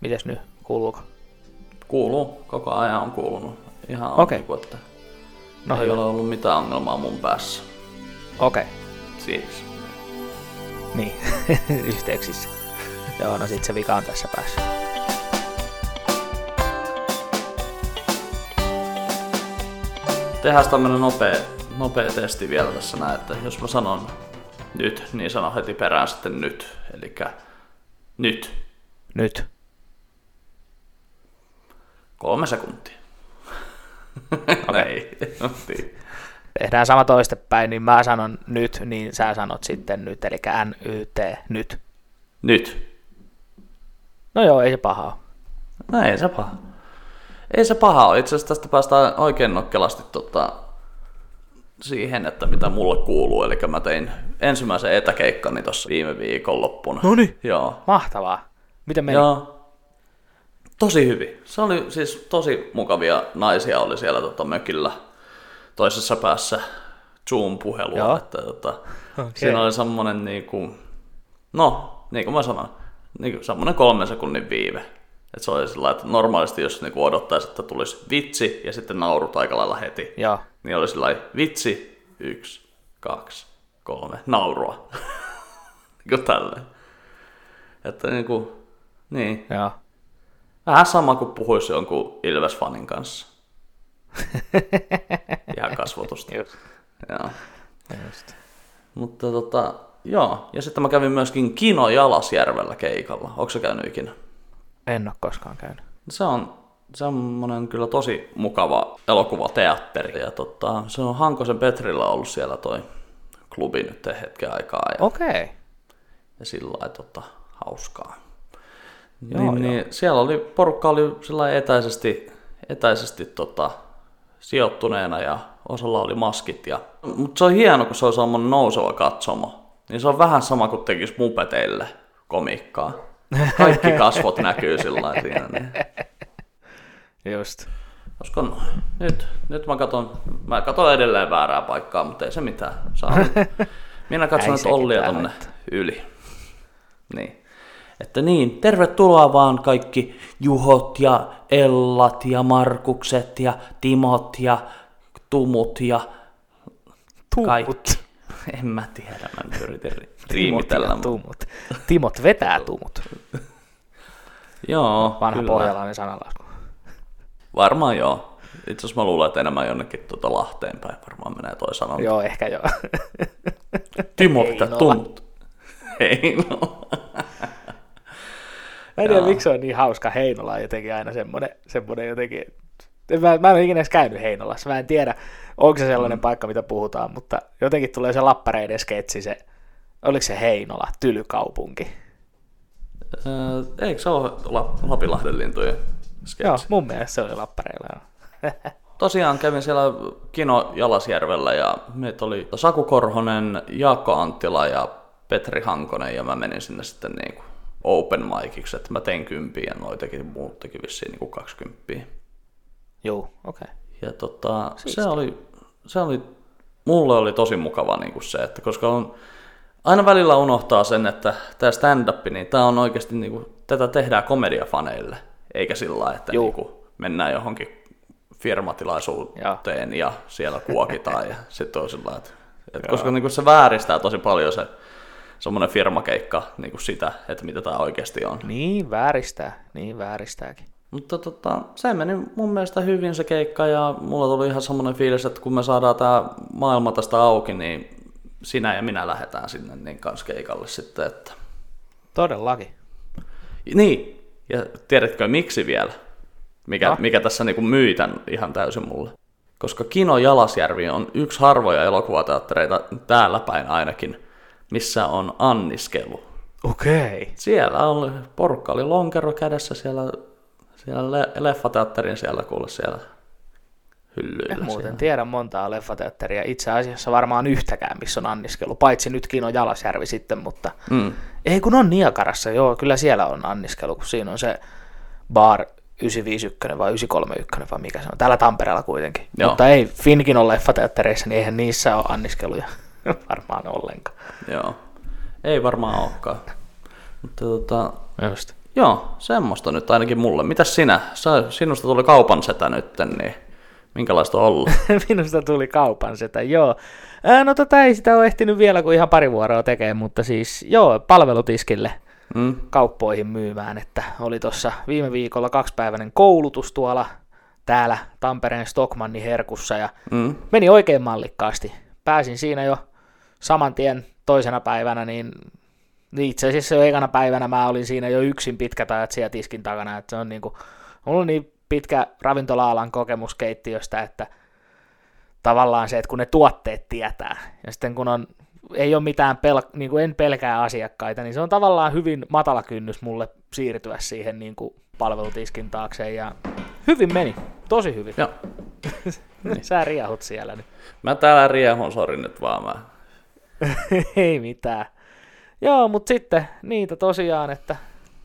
Mites nyt? Kuuluuko? Kuuluu, koko ajan on kuulunut. Ihan Okei. niin kuin, että No ei hyvä. ole ollut mitään ongelmaa mun päässä. Okei. Siis. Niin, yhteyksissä. Joo, no sit se vika on tässä päässä. Tehdään tämmönen nopea testi vielä tässä näin, että jos mä sanon nyt, niin sano heti perään sitten nyt. Elikkä nyt. Nyt. 3 sekuntia. Ei. Tehdään sama toistepäin, niin mä sanon nyt, niin sä sanot sitten nyt, eli NYT, nyt. Nyt. No joo, ei se paha ole. No ei se paha. Ei se paha ole. Itse asiassa tästä päästään oikein nokkelasti siihen, että mitä mulle kuuluu. Eli mä tein ensimmäisen etäkeikkani tuossa viime viikonloppuna. Noniin. Joo. Mahtavaa. Miten meni? Joo. Tosi hyvin. Se oli siis tosi mukavia naisia oli siellä mökillä toisessa päässä Zoom-puhelua. Joo. Että, Okei. Siinä oli semmonen niinku, no niin kuin mä sanoin, niinku semmonen 3 sekunnin viive. Et se oli sillä, että normaalisti jos niinku odottaisi, että tulisi vitsi ja sitten naurut aika lailla heti, Joo. niin oli sillä vitsi, 1, 2, 3, naurua. Niinku tälleen. Että niinku, niin. Joo. Vähän sama kuin puhuisi jonkun Ilves-fanin kanssa. Ihan kasvotusta. Just. Joo. Just. Mutta joo. Ja sitten mä kävin myöskin Kino Jalasjärvellä keikalla. Onko sä käynyt ikinä? En ole koskaan käynyt. Se on semmonen kyllä tosi mukava elokuvateatteri. Ja se on Hankosen Petrillä ollut siellä toi klubi nyt hetken aikaa. Ja, Okei. ja sillä lailla hauskaa. Joo, Niin siellä oli, porukka oli sillä etäisesti sijoittuneena ja osalla oli maskit. Mutta se on hieno, kun se on semmoinen nouseva katsomo. Niin se on vähän sama kuin tekisi mupeteille komiikkaa. Kaikki kasvot näkyy sillä lailla siinä. Niin. Just. Koska nyt mä katon edelleen väärää paikkaa, mutta ei se mitään. Minä katson nyt sekin Ollia tää tonne haittaa. yli. Niin. Että niin, tervetuloa vaan kaikki Juhot ja Ellat ja Markukset ja Timot ja Tumut ja kaikki. En mä tiedä, mä nyt yritin riimitellä. Timot vetää tumut. Joo, Vanha kyllä. pohjalainen sanalasku. Varmaan joo. Itse asiassa mä luulen, että enemmän jonnekin Lahteen päin varmaan menee toi sanonta. Joo, ehkä joo. Timot ja Heinola. Tumut. Heinola. Mä en tiedä, Joo. miksi se on niin hauska. Heinola on jotenkin aina semmoinen jotenkin. Mä en ole ikinä edes käynyt Heinolassa. Mä en tiedä, onko se sellainen paikka, mitä puhutaan, mutta jotenkin tulee se lappareiden sketsi, oliko se Heinola, tylykaupunki? Eikö se ole Lapinlahden lintujen sketsi? Joo, mun mielestä se oli lappareilla. Joo. Tosiaan kävin siellä Kino Jalasjärvellä ja meitä oli Saku Korhonen, Jaakko Anttila ja Petri Hankonen ja mä menin sinne sitten niinku open miciksi, että mä tein 10 ja muut teki vissiin niinku 20. Joo, okei. Ja se oli, mulle oli tosi mukava niinku se, että koska aina välillä unohtaa sen, että tämä stand-up, niin tämä on oikeasti niinku, tätä tehdään komediafaneille, eikä sillä lailla, että niinku mennään johonkin firmatilaisuuteen ja siellä kuokitaan ja sitten on sillä lailla, että koska niinku se vääristää tosi paljon se semmoinen firmakeikka niinku sitä, että mitä tämä oikeasti on. Niin vääristääkin. Mutta se meni mun mielestä hyvin se keikka ja mulla tuli ihan semmoinen fiilis, että kun me saadaan tämä maailma tästä auki, niin sinä ja minä lähdetään sinne niin kanssa keikalle sitten. Että... Todellakin. Niin, ja tiedätkö miksi vielä? Mikä tässä niinku myi tän ihan täysin mulle? Koska Kino Jalasjärvi on yksi harvoja elokuvateattereita täällä päin ainakin, missä on anniskelu. Okei. Siellä porukka oli lonkero kädessä siellä leffateatterin siellä hyllyillä. En muuten siellä. tiedä montaa leffateatteria. Itse asiassa varmaan yhtäkään, missä on anniskelu. Paitsi nyt Kino Jalasjärvi sitten, mutta ei kun on Niagarassa. Joo, kyllä siellä on anniskelu, kun siinä on se bar 951 vai 931 vai mikä se on. Täällä Tampereella kuitenkin. Joo. Mutta ei Finkinon leffateattereissa, niin eihän niissä ole anniskeluja varmaan ollenkaan. Joo, ei varmaan olekaan. Mutta Just. Joo, semmoista nyt ainakin mulle. Mitäs sinusta tuli kaupan setä nyt, niin minkälaista on ollut? Minusta tuli kaupan setä, joo. No ei sitä ole ehtinyt vielä kuin ihan pari vuoroa tekemään, mutta siis joo, palvelutiskille kauppoihin myymään, että oli tuossa viime viikolla 2-päiväinen koulutus tuolla täällä Tampereen Stockmannin herkussa ja meni oikein mallikkaasti. Pääsin siinä jo saman tien toisena päivänä, niin itse asiassa jo ekana päivänä mä olin siinä jo yksin pitkät ajat siellä tiskin takana, että se on niinku, mulla on niin pitkä ravintola-alan kokemus keittiöstä, että tavallaan se, että kun ne tuotteet tietää, ja sitten kun ei ole mitään, niin kuin en pelkää asiakkaita, niin se on tavallaan hyvin matala kynnys mulle siirtyä siihen niin kuin palvelutiskin taakse, ja hyvin meni, tosi hyvin. Joo. Sä riehut siellä nyt. Mä täällä riehun, sori nyt vaan mä. Ei mitään. Joo, mutta sitten niitä tosiaan, että...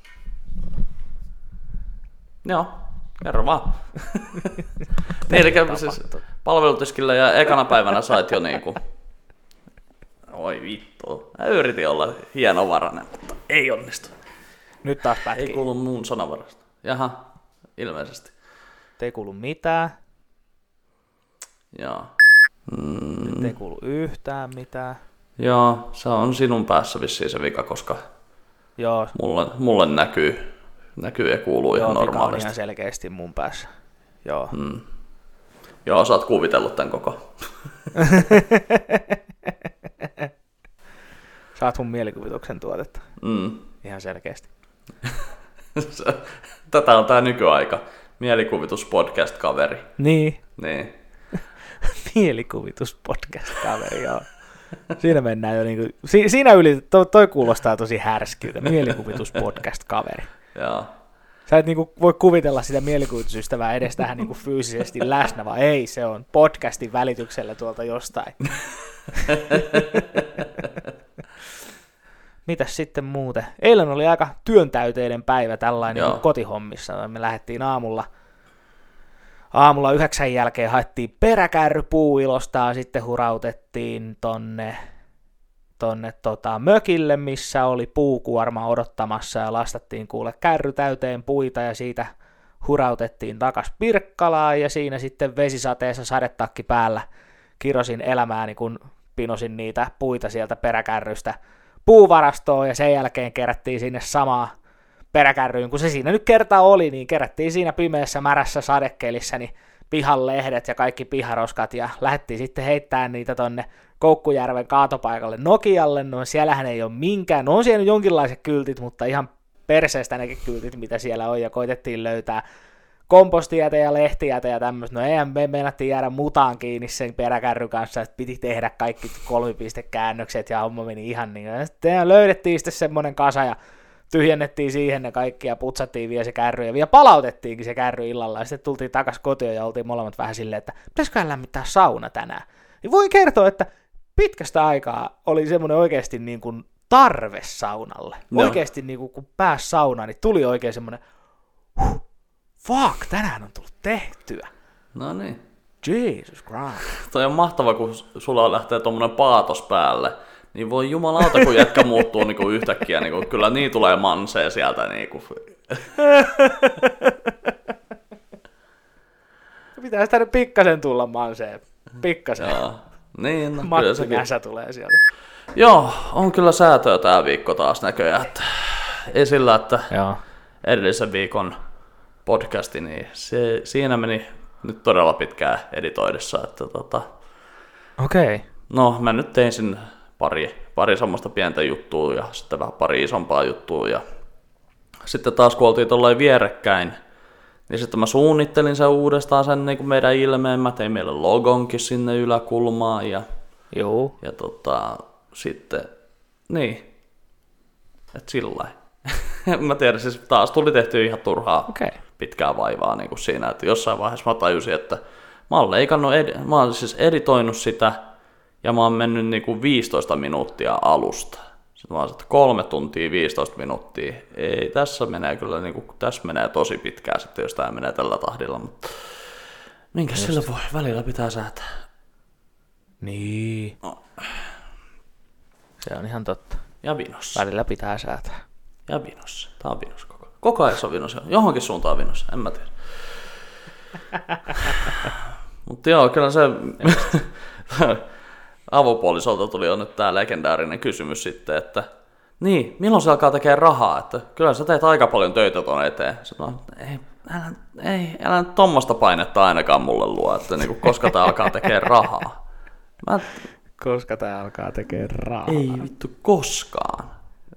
Joo, kerro vaan. Niin, eli siis palvelutiskillä ja ekana päivänä sait jo niinku... Oi vittu. Mä yritin olla hienovarainen, mutta ei onnistu. Nyt taas pätkii. Ei kuulu mun sanavarasta. Jaha, ilmeisesti. Ei kuulu mitään. Joo. Nyt ei kuulu yhtään mitään. Joo, se on sinun päässä vissiin se vika, koska Joo. Mulle näkyy ja kuuluu ihan normaalisti. Joo, ihan selkeästi mun päässä. Joo. Joo, sä oot kuvitellut tän koko. Sä oot mun mielikuvituksen tuotetta. Ihan selkeästi. Tätä on tää nykyaika. Mielikuvituspodcast-kaveri. Niin. Mielikuvituspodcast-kaveri, joo. Siinä mennään jo niinku, siinä toi kuulostaa tosi härskyltä, mielikuvituspodcast-kaveri. Joo. Sä et niinku voi kuvitella sitä mielikuvitusystävää edes tähän niinku fyysisesti läsnä, vaan ei, se on podcastin välityksellä tuolta jostain. Mitäs sitten muuten? Eilen oli aika työntäyteinen päivä tällainen kotihommissa. Me lähdettiin aamulla 9 jälkeen, haettiin peräkärry Puuilostaan, sitten hurautettiin tonne mökille, missä oli puukuorma odottamassa ja lastattiin kuule kärry täyteen puita ja siitä hurautettiin takas Pirkkalaan ja siinä sitten vesisateessa sadetakki päällä kirosin elämääni, kun pinosin niitä puita sieltä peräkärrystä puuvarastoon ja sen jälkeen kerättiin sinne samaa peräkärryyn, kun se siinä nyt kerta oli, niin kerättiin siinä pimeässä märässä sadekelissä niin pihan lehdet ja kaikki piharoskat ja lähdettiin sitten heittämään niitä tonne Koukkujärven kaatopaikalle Nokialle, no siellähän ei ole minkään, no on siellä jonkinlaiset kyltit, mutta ihan perseestä nekin kyltit, mitä siellä on, ja koitettiin löytää kompostijäte ja lehtijäte ja tämmöistä, no eihän me meinattiin jäädä mutaan kiinni sen peräkärryn kanssa, että piti tehdä kaikki 3-pistekäännökset ja homma meni ihan niin, ja sitten löydettiin sitten semmoinen kasa ja tyhjennettiin siihen ne kaikki ja putsattiin vielä se kärry ja vielä palautettiinkin se kärry illalla ja sitten tultiin takaisin kotiin ja oltiin molemmat vähän silleen, että pitäisiköhän lämmittää sauna tänään. Ja voi kertoa, että pitkästä aikaa oli semmoinen oikeasti niin kuin tarve saunalle. No. Oikeasti niin kuin, kun pääsi saunaan, niin tuli oikein semmoinen, fuck, tänään on tullut tehtyä. No niin. Jesus Christ. Toi on mahtava, kun sulla lähtee tommonen paatos päälle. Niin voi jumalauta, kun jätkä muuttuu niinku yhtäkkiä, niinku, kyllä niin tulee mansee sieltä. Niinku. Pitää sitä nyt pikkasen tulla mansee. Pikkasen. Niin, no, Matti Näsä tulee sieltä. Joo, on kyllä säätöä tää viikko taas näköjään. Että esillä, että edellisen viikon podcasti, niin siinä meni nyt todella pitkään editoidessa. Että Okei. No, mä nyt tein sinne pari semmoista pientä juttua ja sitten vähän pari isompaa juttua. Ja sitten taas kun oltiin tollain vierekkäin, niin sitten mä suunnittelin sen uudestaan sen niin kuin meidän ilmeen. Mä tein meille logonkin sinne yläkulmaan ja sitten, niin, että sillain. Mä tiedän, siis taas tuli tehty ihan turhaa pitkää vaivaa niin kuin siinä, että jossain vaiheessa mä tajusin, että mä oon leikannut, mä oon siis editoinut sitä ja mä oon mennyt niin kuin 15 minuuttia alusta. Sitten mä oon, että 3 tuntia 15 minuuttia. Ei, tässä menee kyllä, niin kuin, tässä menee tosi pitkään sitten, jos tää menee tällä tahdilla, mutta minkä sillä voi, välillä pitää säätää. Niin. No. Se on ihan totta. Ja vinossa. Välillä pitää säätää. Ja vinossa. Tää on vinos koko. Koko ajan se on vinossa. Johonkin suuntaan vinossa, en mä tiedä. Mutta joo, kyllä se avopuolisolta tuli jo nyt tää legendaarinen kysymys sitten, että niin, milloin se alkaa tekemään rahaa? Että kyllä sä teet aika paljon töitä tuon eteen. Älä nyt tommoista painetta ainakaan mulle luo, että niinku, koska tää alkaa tekemään rahaa. Koska tää alkaa tekemään rahaa. Ei vittu koskaan.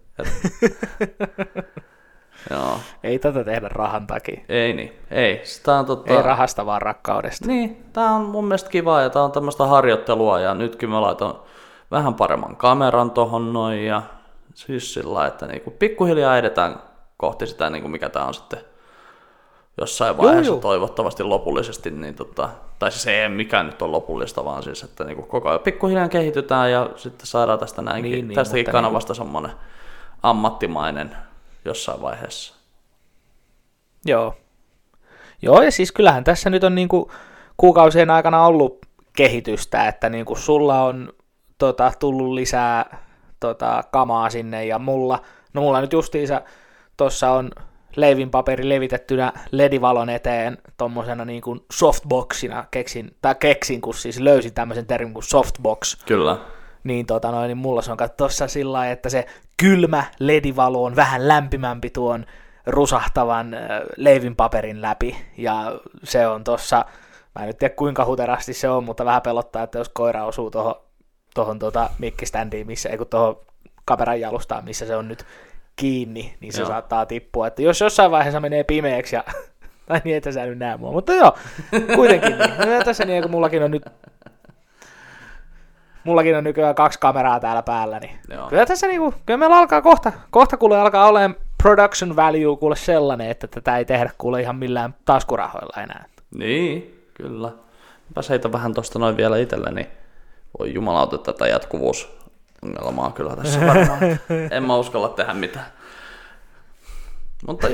Joo. Ei tätä tehdä rahan takia. Ei niin, ei. Ei rahasta, vaan rakkaudesta. Niin, tää on mun mielestä kiva ja tää on tämmöistä harjoittelua ja nytkin mä laitan vähän paremman kameran tohon noin ja siis sillä, että niinku pikkuhiljaa edetään kohti sitä, niinku mikä tää on sitten jossain vaiheessa toivottavasti lopullisesti, niin tai siis ei mikään nyt on lopullista, vaan siis, että niinku koko ajan pikkuhiljaa kehitytään ja sitten saadaan tästä tästäkin kanavasta semmonen ammattimainen jossain vaiheessa. Joo, ja siis kyllähän tässä nyt on niinku kuukausien aikana ollut kehitystä, että niinku sulla on tullut lisää kamaa sinne ja mulla nyt justiinsa tuossa on leivinpaperi levitettynä ledivalon eteen tommosena niinku softboxina keksin, kun siis löysin tämmöisen termin kuin softbox. Kyllä. Niin, niin mulla se on tuossa sillä lailla, että se kylmä ledivalo on vähän lämpimämpi tuon rusahtavan leivinpaperin läpi, ja se on tossa, mä en nyt tiedä kuinka huterasti se on, mutta vähän pelottaa, että jos koira osuu tuohon mikkiständiin, tuohon kameran jalustaan, missä se on nyt kiinni, niin se saattaa tippua, että jos jossain vaiheessa menee pimeäksi, tai niin, että sä nyt näe mua, mutta joo, kuitenkin niin. Tässä niin, kun mullakin on nykyään 2 kameraa täällä päällä, niin kyllä tässä niinku, kyllä meillä alkaa kohta kuule alkaa olemaan production value kuule sellainen, että tätä ei tehdä kuule ihan millään taskurahoilla enää. Niin, kyllä. Mäpäs heitä vähän tosta noin vielä itselleni. Voi jumalauta, tätä jatkuvuusongelmaa kyllä tässä varmaan. En mä uskalla tehdä mitään. Mutta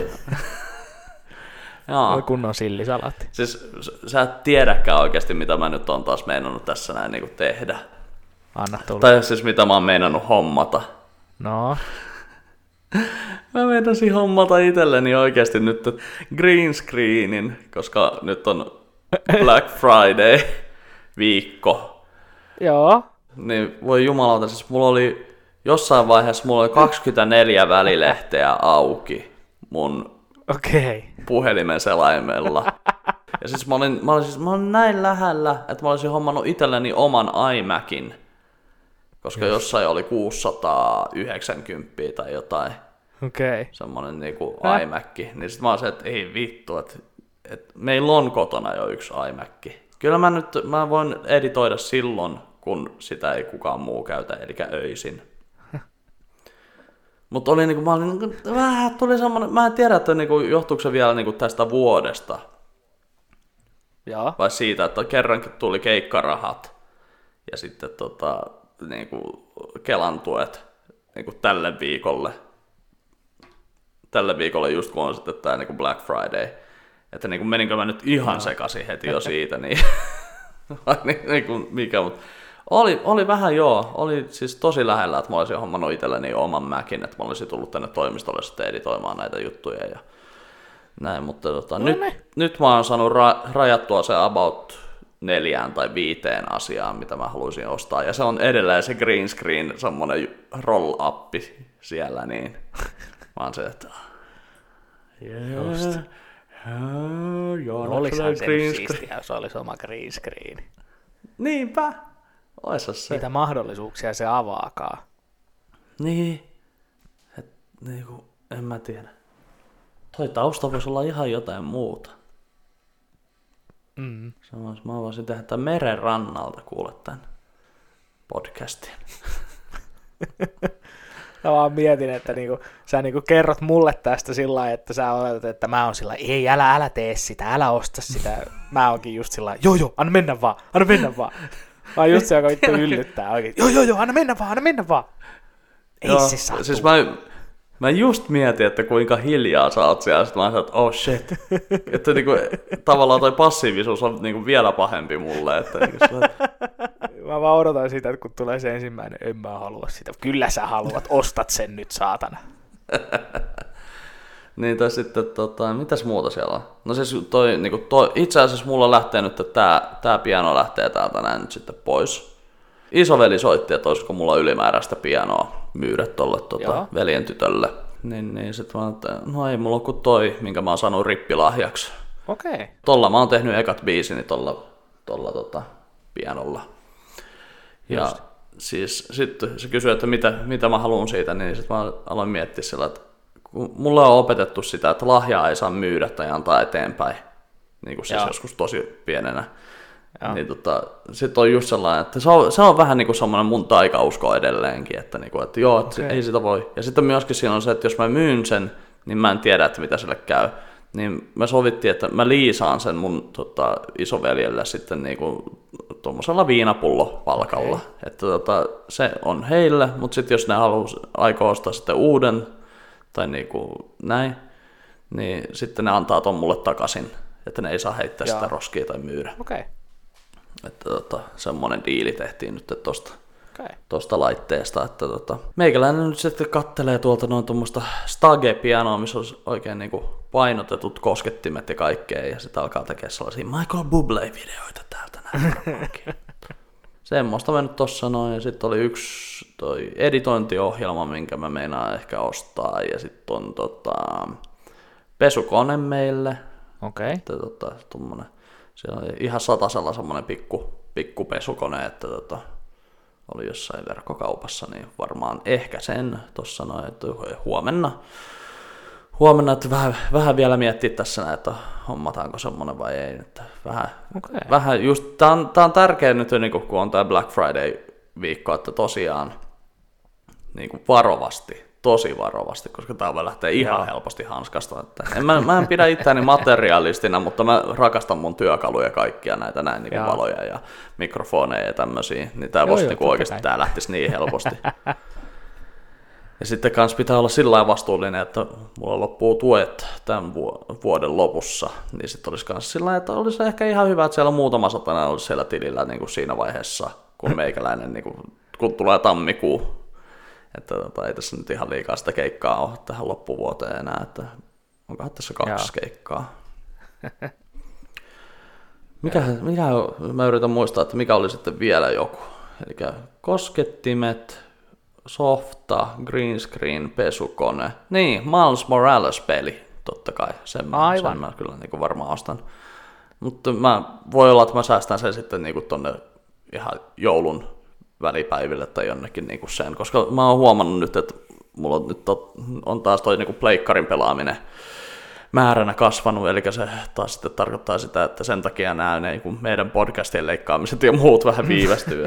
joo. Kunnon sillisalaatti. Siis sä et tiedäkään oikeasti, mitä mä nyt oon taas meinannut tässä näin niin kuin tehdä. Anna tulla. Tai siis mitä mä oon meinannut hommata. No. Mä meinasin hommata itselleni oikeasti nyt green screenin, koska nyt on Black Friday viikko. Joo. Niin voi jumalauta, siis mulla oli jossain vaiheessa 24 välilehteä auki mun puhelimen selaimella. Ja siis mä olin näin lähellä, että mä olisin hommannut itselleni oman iMacin, koska jossain oli 690 tai jotain. Semmonen niinku iMac. Niin sit mä olisin, että ei vittu, että meillä on kotona jo yksi iMac. Kyllä mä voin editoida silloin, kun sitä ei kukaan muu käytä, eli öisin. Mutta oli niinku, vähän tuli semmonen, mä en tiedä, että niinku, johtuuko se vielä niinku tästä vuodesta. Joo. Vai siitä, että kerrankin tuli keikkarahat ja sitten niinku, Kelan tuet niinku, tälle viikolle. Tälle viikolle just kun on sitten tää niinku Black Friday. Että niinku, meninkö mä nyt ihan sekaisin heti jo siitä, niin niinku, mikä, mutta oli vähän joo, oli siis tosi lähellä, että mä olisin hommannut itselleni oman Macin, että mä olisin tullut tänne toimistolle sitten editoimaan näitä juttuja ja näin, mutta nyt mä oon saanut rajattua se about 4 tai 5 asiaan, mitä mä haluaisin ostaa, ja se on edelleen se green screen, semmonen roll-appi siellä, niin mä oon se, että just. Olisihan se nyt siistiä, jos olisi oma green screen. Niinpä. Oissa se. Mitä mahdollisuuksia se avaakaan. Niin. Niinku, en mä tiedä. Toi tausta voisi olla ihan jotain muuta. Mä voisin tehdä tämän meren rannalta, kuule tän podcastin. Mä vaan mietin, että niinku, sä niinku kerrot mulle tästä sillä lailla, että sä oletat, että mä oon sillä ei, älä tee sitä, älä osta sitä. Mä oonkin just sillä lailla, joo, anna mennä vaan. Mä oon just se, joka vittu yllyttää oikein. Joo, anna mennä vaan. Ei se sattu. Siis mä just mietin, että kuinka hiljaa sä oot siellä, sit mä sanoin, että oh shit. Että niinku, tavallaan toi passiivisuus on niinku vielä pahempi mulle. Että niinku mä vaan odotan sitä, että kun tulee se ensimmäinen, en mä halua sitä. Kyllä sä haluat, ostat sen nyt, saatana. Niin, tai sitten, mitäs muuta siellä on? No siis itse asiassa mulla lähtee nyt, että tää piano lähtee täältä näin nyt sitten pois. Isoveli soitti, että olisiko mulla ylimääräistä pianoa myydä tolle veljen tytölle. Niin sit mä että no ei mulla ole kuin toi, minkä mä oon saanut rippilahjaksi. Okei. Tolla mä oon tehnyt ekat biisini tolla pianolla. Ja just. Siis sitten se kysyi, että mitä mä haluan siitä, niin sit mä aloin miettiä sillä, että kun mulla on opetettu sitä, että lahjaa ei saa myydä tai antaa eteenpäin, niin kuin siis joskus tosi pienenä. Niin sitten on just sellainen, että se on vähän niin kuin semmoinen mun taikausko edelleenkin, että joo, että ei sitä voi. Ja sitten myöskin siinä on se, että jos mä myyn sen, niin mä en tiedä, että mitä sille käy. Niin me sovittiin, että mä liisaan sen mun isoveljelle sitten niinku tuommoisella viinapullo-palkalla. Okay. Että se on heille, mutta sitten jos ne aikoo ostaa sitten uuden tai niinku näin, niin sitten ne antaa ton mulle takaisin, että ne ei saa heittää sitä roskia tai myydä. Okay. Että semmoinen diili tehtiin nyt tosta laitteesta, että meikäläinen nyt sitten kattelee tuolta noin tuommoista Stage-pianoa, missä on oikein niinku painotetut koskettimet ja kaikkea, ja sitten alkaa tekemään sellaisia Michael Bublé-videoita täältä näin. Semmoista me nyt tossa noin, ja sitten oli yksi toi editointiohjelma, minkä mä meinaan ehkä ostaa, ja sitten on pesukone meille. Okei. Okay. Siellä oli ihan satasella semmoinen pikku pesukone, että oli jossain verkkokaupassa, niin varmaan ehkä sen tuossa noin, että huomenna että vähän vielä miettiä tässä näin, että hommataanko semmoinen vai ei. Että vähän just, tää on tärkeä nyt, niin kun on tää Black Friday-viikko, että tosiaan niin kuin tosi varovasti, koska tää voi lähteä ihan helposti hanskasta. Että mä en pidä itseäni materialistina, mutta mä rakastan mun työkaluja kaikkia näitä näin niin valoja ja mikrofoneja ja tämmöisiä, niin tää voisi niin oikeasti tää lähtisi niin helposti. Ja sitten kans pitää olla sillä lailla vastuullinen, että mulla loppuu tuet tämän vuoden lopussa, niin sitten olisi kans sillä lailla, että olisi ehkä ihan hyvä, että siellä muutama satana olisi siellä tilillä niin kuin siinä vaiheessa, kun meikäläinen, niin kun tulee tammikuu. Että ei tässä nyt ihan liikaa sitä keikkaa ole tähän loppuvuoteen enää, että onkohan tässä 2 keikkaa. Mä yritän muistaa, että mikä oli sitten vielä joku. Eli koskettimet, softa, green screen, pesukone. Niin, Miles Morales-peli, totta kai. Sen mä kyllä niin varmaan ostan. Mutta voi olla, että mä säästän sen sitten niin tonne ihan joulun välipäiville tai jonnekin niinku sen, koska mä oon huomannut nyt, että mulla on, nyt on taas toi niinku pleikkarin pelaaminen määränä kasvanut, eli se taas sitten tarkoittaa sitä, että sen takia nämä niinku meidän podcastien leikkaamiset ja muut vähän viivästyy.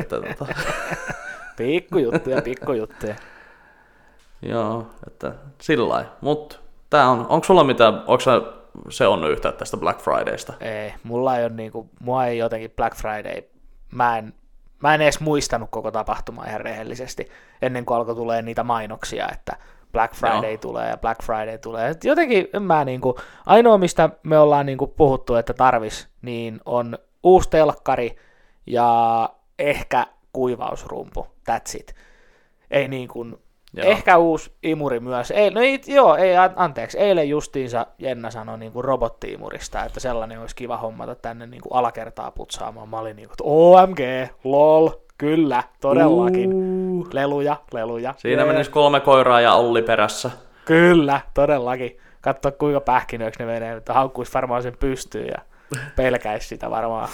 Pikkujuttuja. Joo, että sillä lailla. Mut tää onko sulla mitään, onko sä seonnut yhtään tästä Black Fridaysta? Ei, mulla ei ole niinku, mua ei jotenkin Black Friday, mä en edes muistanut koko tapahtumaa ihan rehellisesti, ennen kuin alkoi tulee niitä mainoksia, että Black Friday tulee ja Black Friday tulee. Et jotenkin ainoa mistä me ollaan niinku puhuttu, että tarvis, niin on uusi telkkari ja ehkä kuivausrumpu, that's it. Ei niin kuin, ehkä uusi imuri myös. Eilen justiinsa Jenna sanoi niin kuin robotti-imurista, että sellainen olisi kiva hommata tänne niin kuin alakertaa putsaamaan. Mä olin niin kuin, OMG, lol, kyllä, todellakin. Leluja. Siinä menisi 3 koiraa ja Olli perässä. Kyllä, todellakin. Katso kuinka pähkinöiksi ne menee, että haukkuisi varmaan sen pystyyn ja pelkäisi sitä varmaan.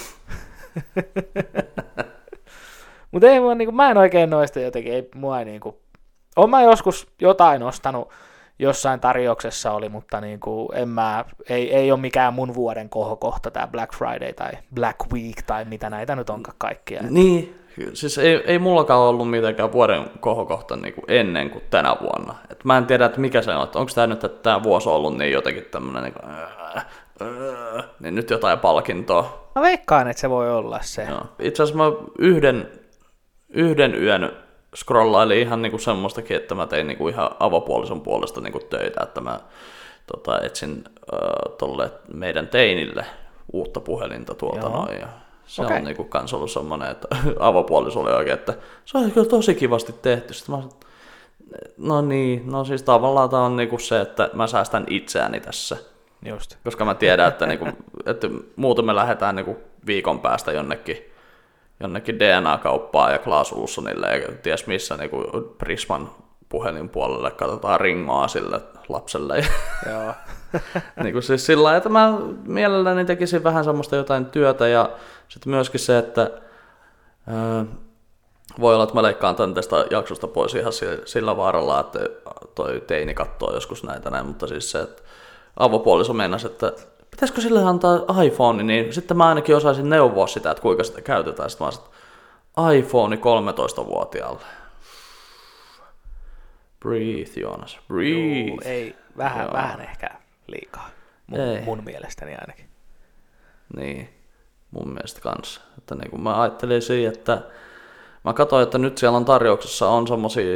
Mutta ei mua, niin mä en oikein noista jotenkin, olen mä joskus jotain ostanut, jossain tarjouksessa oli, mutta ei ole mikään mun vuoden kohokohta tämä Black Friday tai Black Week tai mitä näitä nyt onkaan kaikkia. Niin, siis ei mullakaan ollut mitenkään vuoden kohokohta ennen kuin tänä vuonna. Et mä en tiedä, että mikä se on, että onko tämä nyt, että tämä vuosi on ollut niin jotenkin tämmöinen, niin nyt jotain palkintoa. Mä veikkaan, että se voi olla se. Joo. Itse asiassa mä yhden yön scrollailin ihan niinku semmoistakin, että mä tein niinku ihan avopuolison puolesta niinku töitä, että mä etsin tolle meidän teinille uutta puhelinta tuolta noin. Ja se on niinku kans ollut semmoinen, että avopuoliso oli oikein, että se on kyllä tosi kivasti tehty. Sitten mä No niin, no siis tavallaan tämä on niinku se, että mä säästän itseäni tässä. Just. Koska mä tiedän, että, niinku, että muuten me lähdetään niinku viikon päästä jonnekin DNA-kauppaan ja Clas Ohlsonille ja ties missä niinku Prisman puhelinpuolelle katsotaan Ringoa sille lapselle. Joo. Niin siis sillä lailla, että mä mielelläni tekisin vähän semmoista jotain työtä ja sitten myöskin se, että voi olla, että mä leikkaan tämän tästä jaksosta pois ihan sillä vaaralla, että toi teini katsoo joskus näitä näin, mutta siis se, että avopuoliso meinasi, että pitäisikö sille antaa iPhone, niin sitten mä ainakin osaisin neuvoa sitä, että kuinka sitä käytetään. Sitten mä sanoin, iPhone 13-vuotiaalle. Breathe, Joonas, breathe. Juu, ei, vähän ehkä liikaa, mun mielestäni ainakin. Niin, mun mielestä kanssa. Että niin kun mä ajattelin siihen, että mä katsoin, että nyt siellä on tarjouksessa on semmosia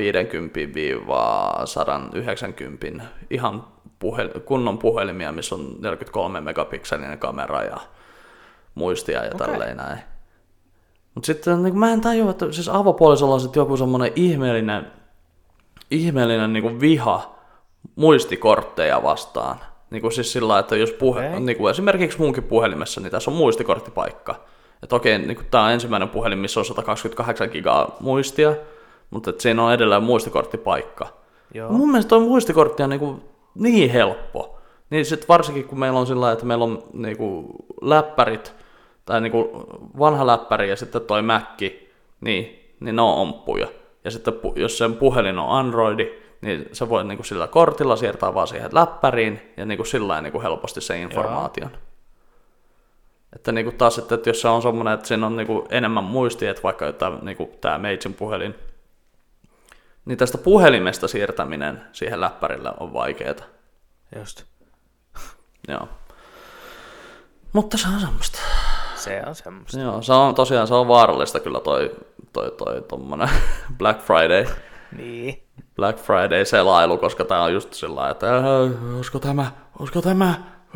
150-190 ihan kunnon puhelimia, missä on 43 megapikselinen kamera ja muistia ja tälleen näin. Mutta sitten niin mä en tajua, että siis avopuolisolla on sitten joku semmoinen ihmeellinen niin kuin viha muistikortteja vastaan. Niin kuin siis sillä, että jos niin kuin esimerkiksi munkin puhelimessa, niin tässä on muistikorttipaikka. Että okei, niin kuin tämä on ensimmäinen puhelin, missä on 128 gigaa muistia, mutta että siinä on edelleen muistikorttipaikka. Mun mielestä tuo muistikortti on niin helppo. Niin sitten varsinkin kun meillä on sillä lailla, että meillä on niinku läppärit, tai niinku vanha läppäri ja sitten toi Mäkki, niin ne on omppuja. Ja sitten jos sen puhelin on Androidi, niin se voi niinku sillä kortilla siirtää vaan siihen läppäriin ja niinku sillä niinku helposti se informaation. Että niinku taas, että jos se on semmoinen, että siinä on niinku enemmän muistia, että vaikka niinku tämä Meitsin puhelin, niin tästä puhelimesta siirtäminen siihen läppärille on vaikeaa. Just. Joo. Mutta se on semmoista. Se on semmoista. Joo, se on vaarallista kyllä toi tommonen Black Friday. Niin. Black Friday selailu, koska tää on just sillä lailla, että olisiko tämä.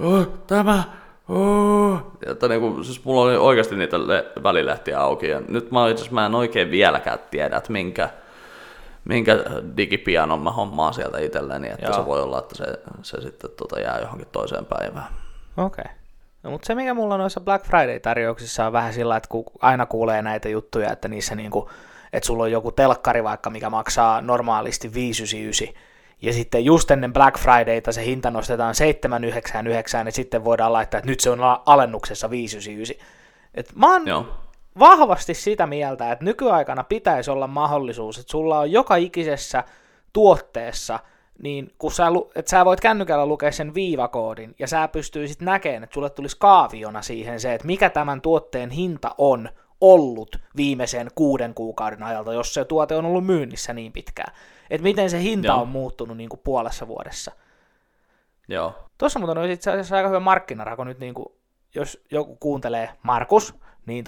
Että niinku, siis mulla oli oikeasti niitä välilehtiä auki ja nyt mä en oikein vieläkään tiedä, että minkä digipianon mä hommaan sieltä itselleni, että se voi olla, että se sitten jää johonkin toiseen päivään. Okei. No, mutta se mikä mulla noissa Black Friday-tarjouksissa on vähän sillä, että kun aina kuulee näitä juttuja, että niissä niinku, että sulla on joku telkkari vaikka, mikä maksaa normaalisti 599, ja sitten just ennen Black Fridayta se hinta nostetaan 799, ja sitten voidaan laittaa, että nyt se on alennuksessa 599. Et mä oon vahvasti sitä mieltä, että nykyaikana pitäisi olla mahdollisuus, että sulla on joka ikisessä tuotteessa, niin kun sä voit kännykällä lukea sen viivakoodin, ja sä pystyisit näkemään, että sulle tulisi kaaviona siihen se, että mikä tämän tuotteen hinta on ollut viimeisen 6 kuukauden ajalta, jos se tuote on ollut myynnissä niin pitkään. Että miten se hinta on muuttunut niin kuin puolessa vuodessa. Joo. Tuossa muuten on itse asiassa aika hyvä markkinarako nyt, niin kuin, jos joku kuuntelee Markus, niin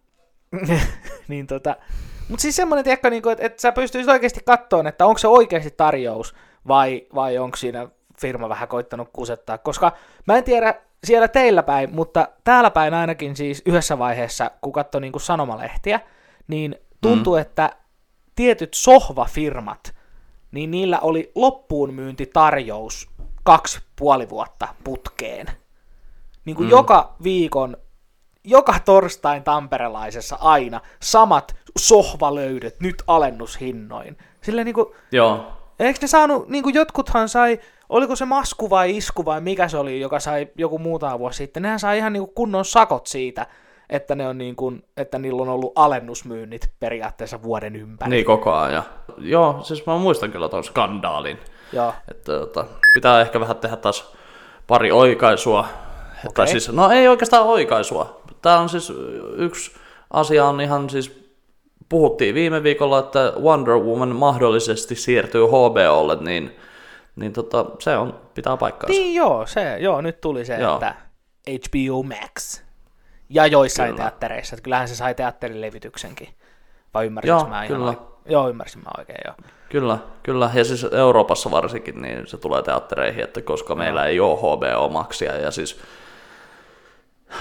mutta siis semmoinen, tiedätkö, niin että sä pystyisit oikeasti katsomaan, että onko se oikeasti tarjous vai onko siinä firma vähän koittanut kusettaa, koska mä en tiedä siellä teillä päin, mutta täällä päin ainakin siis yhdessä vaiheessa, kun katsoi niin kuin sanomalehtiä, niin tuntuu, että tietyt sohvafirmat, niin niillä oli loppuun myyntitarjous 2,5 vuotta putkeen. Niin kuin joka viikon, joka torstain tamperelaisessa aina samat sohvalöydöt nyt alennushinnoin. Silleen niin kuin, eikö ne saanut, niin kuin jotkuthan sai, oliko se masku vai isku vai mikä se oli, joka sai joku muutama vuosi sitten, nehän sai ihan niin kuin kunnon sakot siitä, että ne on niin kuin, että niillä on ollut alennusmyynnit periaatteessa vuoden ympäri. Niin koko ajan. Joo, siis mä muistan kyllä tuon skandaalin. Joo. Että pitää ehkä vähän tehdä taas pari oikaisua. Okay. Siis, no ei oikeastaan oikaisua. Tää on siis yksi asia on ihan siis, puhuttiin viime viikolla, että Wonder Woman mahdollisesti siirtyy HBOlle, niin se on, pitää paikkaansa. Niin nyt tuli se, että HBO Max. Ja joissain teattereissa, että kyllähän se sai teatterilevityksenkin. Vai ymmärsinkö mä ihan oikein? Joo, ymmärsin mä oikein, joo. Kyllä. Ja siis Euroopassa varsinkin, niin se tulee teattereihin, että koska meillä ei ole HBO Maxia, ja siis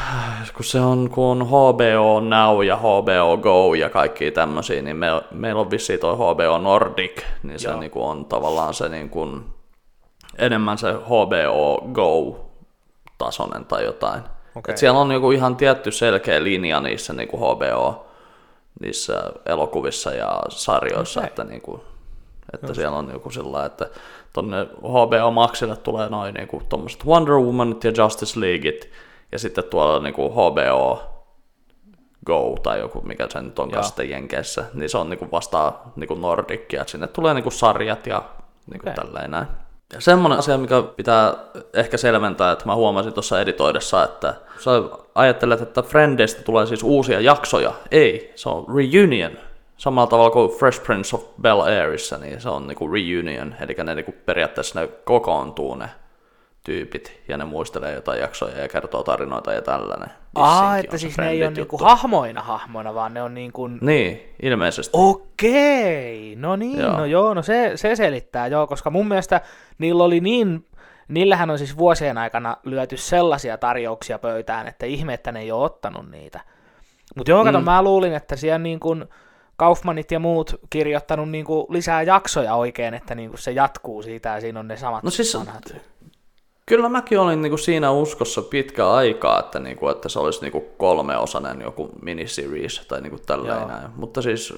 kun on HBO Now ja HBO Go ja kaikki tämmöisiä, niin meillä on vissiin toi HBO Nordic, niin se niin kuin on tavallaan se niin kuin enemmän se HBO Go-tasoinen tai jotain. Okay. Et siellä on joku ihan tietty selkeä linja niissä niin kuin HBO, niissä elokuvissa ja sarjoissa, että, niin kuin, että siellä on joku sellainen, että tonne HBO Maxille tulee noin niin kuin tommoset Wonder Womanit ja Justice Leagueit, ja sitten tuolla niin kuin HBO Go tai joku, mikä se nyt onkaan sitten Jenkeissä, niin se on niin kuin vastaa niin kuin Nordicia, että sinne tulee niin kuin sarjat ja niin kuin tälleen näin. Ja semmoinen asia, mikä pitää ehkä selventää, että mä huomasin tuossa editoidessa, että sä ajattelet, että Friendeistä tulee siis uusia jaksoja. Ei, se on reunion. Samalla tavalla kuin Fresh Prince of Bel-Airissa, niin se on niinku reunion. Eli ne niinku periaatteessa ne kokoontuu ne tyypit ja ne muistelee jotain jaksoja ja kertoo tarinoita ja tällainen. Että siis ne ei ole niinku hahmoina, vaan ne on niinku... Niin, ilmeisesti. Okei, no niin, no se selittää, koska mun mielestä niillähän on siis vuosien aikana lyöty sellaisia tarjouksia pöytään, että ihme, että ne ei ole ottanut niitä. Mutta kato, mä luulin, että siellä niinku Kaufmanit ja muut kirjoittanut niinku lisää jaksoja oikein, että niinku se jatkuu siitä ja siinä on ne samat sanat. Kyllä mäkin olin niinku siinä uskossa pitkä aikaa, että se olisi niinku 3-osainen joku miniseries tai niinku tällainen. Mutta siis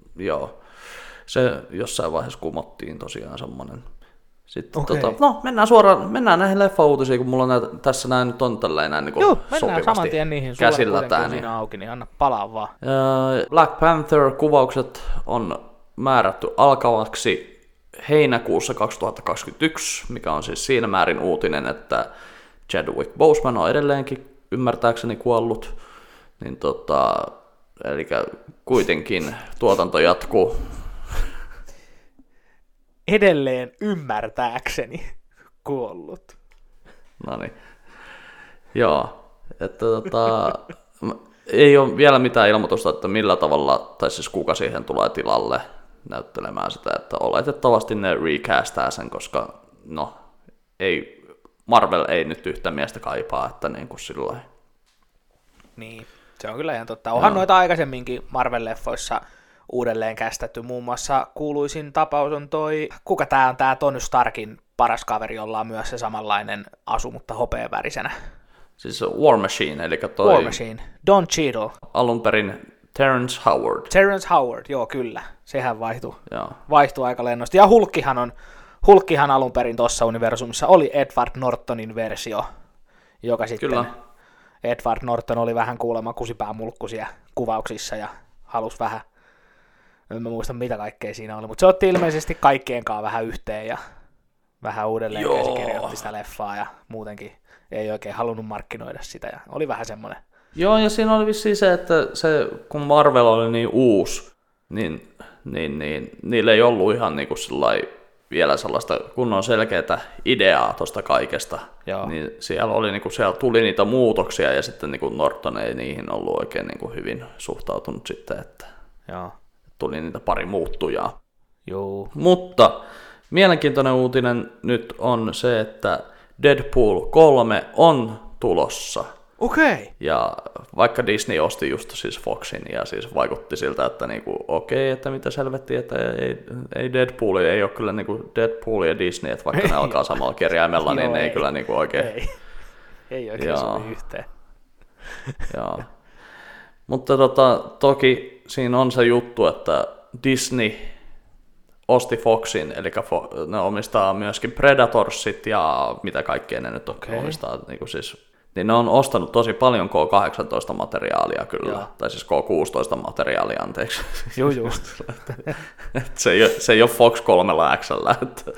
se jossain vaiheessa kumottiin tosiaan semmoinen. Sitten mennään näihin leffa-uutisiin, kun mulla on tässä näin nyt on tällainen niin mennään saman tien niihin. Käsillä tää niin auki, niin anna palaa vaan. Black Panther-kuvaukset on määrätty alkavaksi heinäkuussa 2021, mikä on siis siinä määrin uutinen, että Chadwick Boseman on edelleenkin ymmärtääkseni kuollut, niin eli kuitenkin tuotanto jatkuu. Edelleen ymmärtääkseni kuollut. Noniin. Joo, että ei ole vielä mitään ilmoitusta, että millä tavalla, tai siis kuka siihen tulee tilalle näyttelemään sitä, että oletettavasti ne recastaa sen, koska Marvel ei nyt yhtä miestä kaipaa, että niin kuin sillain. Niin, se on kyllä ihan totta. Onhan noita aikaisemminkin Marvel-leffoissa uudelleen kästetty. Muun muassa kuuluisin tapaus on kuka tää on tää Tony Starkin paras kaveri, jolla on myös se samanlainen asu, mutta hopeavärisenä. Siis War Machine, eli War Machine, Don Cheadle. Alun perin Terrence Howard. Terrence Howard, joo kyllä. Sehän vaihtui aika lennosti. Ja Hulkkihan alun perin tuossa universumissa oli Edward Nortonin versio, joka sitten kyllä. Edward Norton oli vähän kuulemma kusipäämulkkusia kuvauksissa ja halusi vähän, en mä muista mitä kaikkea siinä oli, mutta se otti ilmeisesti kaikkien kanssa vähän yhteen ja vähän uudelleen käsikirjoitti sitä leffaa ja muutenkin ei oikein halunnut markkinoida sitä ja oli vähän semmoinen. Joo, ja siinä oli vissiin se, että kun Marvel oli niin uusi, niin niillä ei ollut ihan niin kuin vielä sellaista kunnon selkeää ideaa tuosta kaikesta. Joo. Niin siellä tuli niitä muutoksia ja sitten niin kuin Norton ei niihin ollut oikein niin kuin hyvin suhtautunut sitten, että tuli niitä pari muuttujaa. Joo. Mutta mielenkiintoinen uutinen nyt on se, että Deadpool 3 on tulossa. Okei. Ja vaikka Disney osti just siis Foxin ja siis vaikutti siltä, että niinku, että mitä selvettiä, että ei Deadpool ei ole kyllä niinku Deadpool ja Disney, että vaikka ne alkaa samalla kirjaimella, niin ne ei kyllä niinku oikein. Ei oikein sovi yhteen. Joo. Mutta toki siinä on se juttu, että Disney osti Foxin, eli ne omistaa myöskin Predatorsit ja mitä kaikkea ne nyt omistaa, niinku siis. Niin ne on ostanut tosi paljon K18-materiaalia kyllä, tai siis K16-materiaalia, anteeksi. Joo. se ei ole Fox 3X:llä.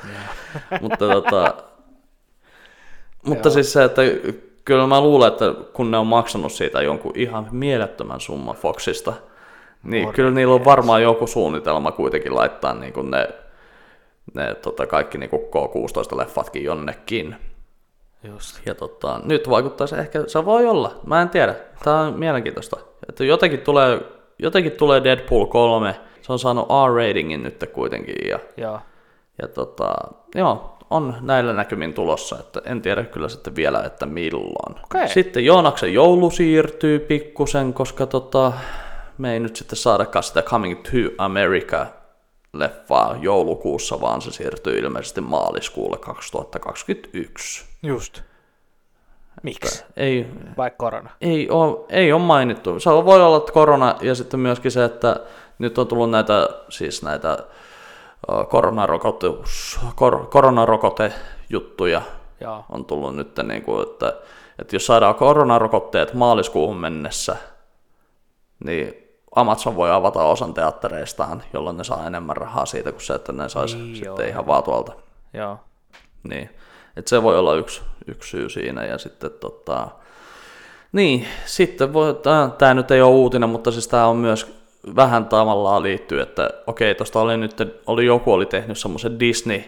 Mutta siis se, että kyllä mä luulen, että kun ne on maksanut siitä jonkun ihan mielettömän summan Foxista, niin kyllä niillä on varmaan joku suunnitelma kuitenkin laittaa niin kuin ne kaikki niin kuin K16-leffatkin jonnekin. Just. Ja nyt vaikuttaisi ehkä, se voi olla, mä en tiedä, tää on mielenkiintoista, että jotenkin tulee Deadpool 3, se on saanut R-ratingin nyt kuitenkin, ja on näillä näkymin tulossa, että en tiedä kyllä sitten vielä, että milloin. Okay. Sitten Joonaksen joulu siirtyy pikkusen, koska me ei nyt sitten saadakaan sitä Coming to America-leffaa joulukuussa, vaan se siirtyy ilmeisesti maaliskuulle 2021. Just. Miksi? Ei, vai korona? Ei ole mainittu. Se voi olla korona ja sitten myöskin se, että nyt on tullut näitä koronarokotejuttuja. Joo. On tullut nyt, niin kuin, että jos saadaan koronarokotteet maaliskuuhun mennessä, niin Amazon voi avata osan teattereistaan, jolloin ne saa enemmän rahaa siitä kuin se, että ne saisi sitten ihan vaan tuolta. Joo. Niin, että se voi olla yksi syy siinä, ja sitten niin, sitten tämä nyt ei ole uutinen, mutta siis tämä on myös vähän tavallaan liittyy, että okei, tuosta joku oli tehnyt semmoisen Disney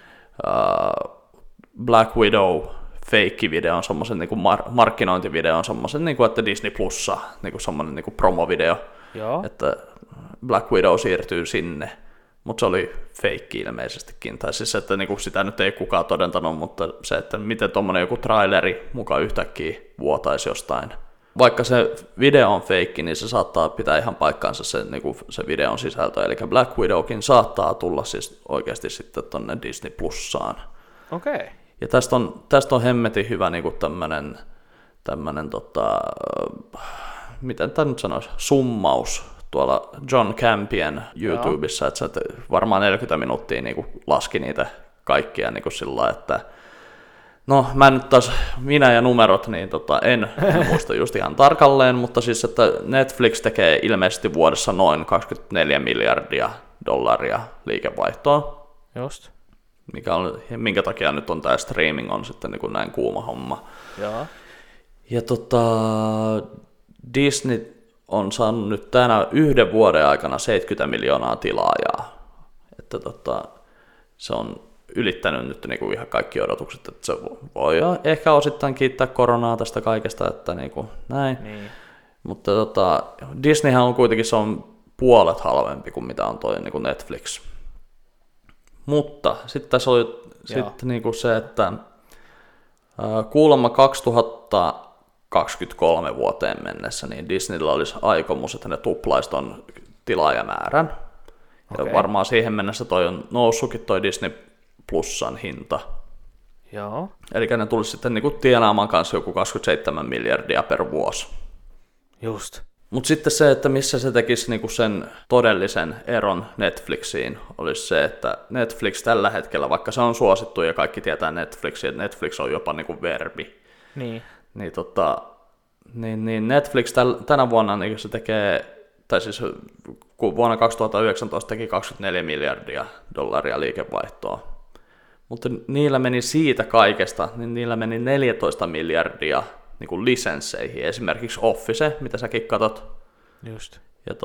Black Widow feikkivideon, semmoisen niin kuin markkinointivideon, semmoisen, niin kuin, että Disney Plussa, niin kuin semmoinen niin kuin promovideo, Joo. että Black Widow siirtyy sinne, mutta se oli feikki ilmeisestikin, tai siis että niin kuin sitä nyt ei kukaan todentanut, mutta se, että miten tuommoinen joku traileri mukaan yhtäkkiä vuotaisi jostain. Vaikka se video on feikki, niin se saattaa pitää ihan paikkaansa se, niin kuin se videon sisältö, eli Black Widowkin saattaa tulla siis oikeasti sitten tuonne Disney Plussaan. Okei. Okay. Ja tästä on hemmetin hyvä niin kuin tämmönen miten tämä nyt sanoisi, summaus tuolla John Campien YouTubessa, että se varmaan 40 minuuttia niin kuin laski niitä kaikkia niin kuin sillä, että no minä ja numerot, niin en muista just ihan tarkalleen, mutta siis, että Netflix tekee ilmeisesti vuodessa noin $24 miljardia liikevaihtoa. Just. Minkä takia nyt on tämä streaming on sitten niin kuin näin kuuma homma. Joo. Ja Disney on saanut nyt tänä yhden vuoden aikana 70 miljoonaa tilaajaa. Että se on ylittänyt nyt niinku ihan kaikki odotukset, että se voi ehkä osittain kiittää koronaa tästä kaikesta, että niinku näin. Niin. Mutta Disneyhän on kuitenkin, se on puolet halvempi kuin mitä on toi niinku Netflix. Mutta sitten tässä oli sitten niinku se, että kuulemma 2023 vuoteen mennessä niin Disneyllä olisi aikomus, että ne tuplaisi ton tilaajamäärän. Okay. Ja varmaan siihen mennessä toi on noussutkin toi Disney Plusan hinta. Joo. Eli ne tulisi sitten niinku tienaamaan kanssa joku 27 miljardia per vuosi. Just. Mutta sitten se, että missä se tekisi niinku sen todellisen eron Netflixiin, olisi se, että Netflix tällä hetkellä, vaikka se on suosittu ja kaikki tietää Netflixiä, että Netflix on jopa niinku verbi. Niin. Niin Netflix tänä vuonna niin se tekee, tai siis kun vuonna 2019 teki $24 miljardia liikevaihtoa. Mutta niillä meni siitä kaikesta, niin niillä meni 14 miljardia niin kuin lisensseihin. Esimerkiksi Office, mitä säkin katot. Just.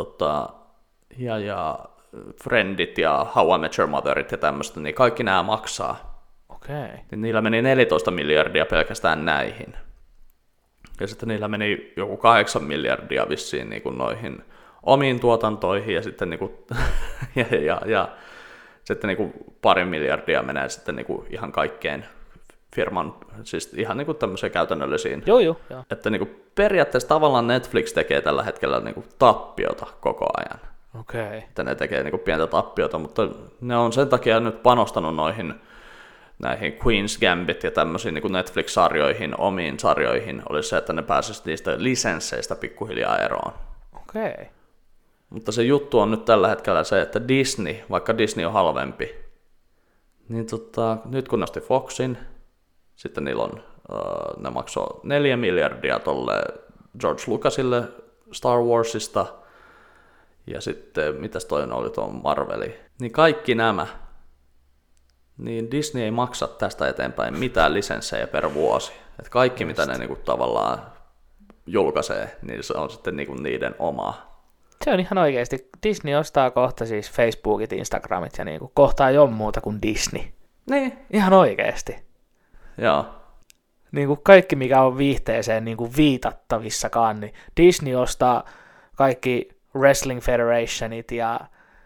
Ja Friendit ja How I Met Your Motherit ja tämmöistä, niin kaikki nämä maksaa. Okei. Niin niillä meni 14 miljardia pelkästään näihin. Ja sitten niillä meni joku 8 miljardia vissiin niin kuin noihin omiin tuotantoihin ja sitten niin kuin, ja sitten niin kuin $2 miljardia menee sitten niin kuin ihan kaikkeen firman, siis ihan niin kuin tämmöisiä käytännöllisiin. Joo. Että niin kuin periaatteessa tavallaan Netflix tekee tällä hetkellä niin kuin tappiota koko ajan. Okei. Että ne tekee niin kuin pientä tappiota, mutta ne on sen takia nyt panostanut näihin Queen's Gambit ja tämmöisiin niin kuin Netflix-sarjoihin, omiin sarjoihin, olisi se, että ne pääsisivät niistä lisensseistä pikkuhiljaa eroon. Okei. Mutta se juttu on nyt tällä hetkellä se, että Disney, vaikka Disney on halvempi, niin nyt kun nosti Foxin, sitten niillä on, ne maksoi 4 miljardia tolle George Lucasille Star Warsista, ja sitten mitäs toinen oli tuon Marveli, niin kaikki nämä, niin Disney ei maksa tästä eteenpäin mitään lisenssejä per vuosi. Et kaikki mitä ne niinku tavallaan julkaisee, niin se on sitten niinku niiden omaa. Se on ihan oikeasti. Disney ostaa kohta siis Facebookit, Instagramit ja niinku kohta ei ole muuta kuin Disney. Niin. Ihan oikeasti. Joo. Niinku kaikki mikä on viihteeseen niinku viitattavissakaan, niin Disney ostaa kaikki Wrestling Federationit ja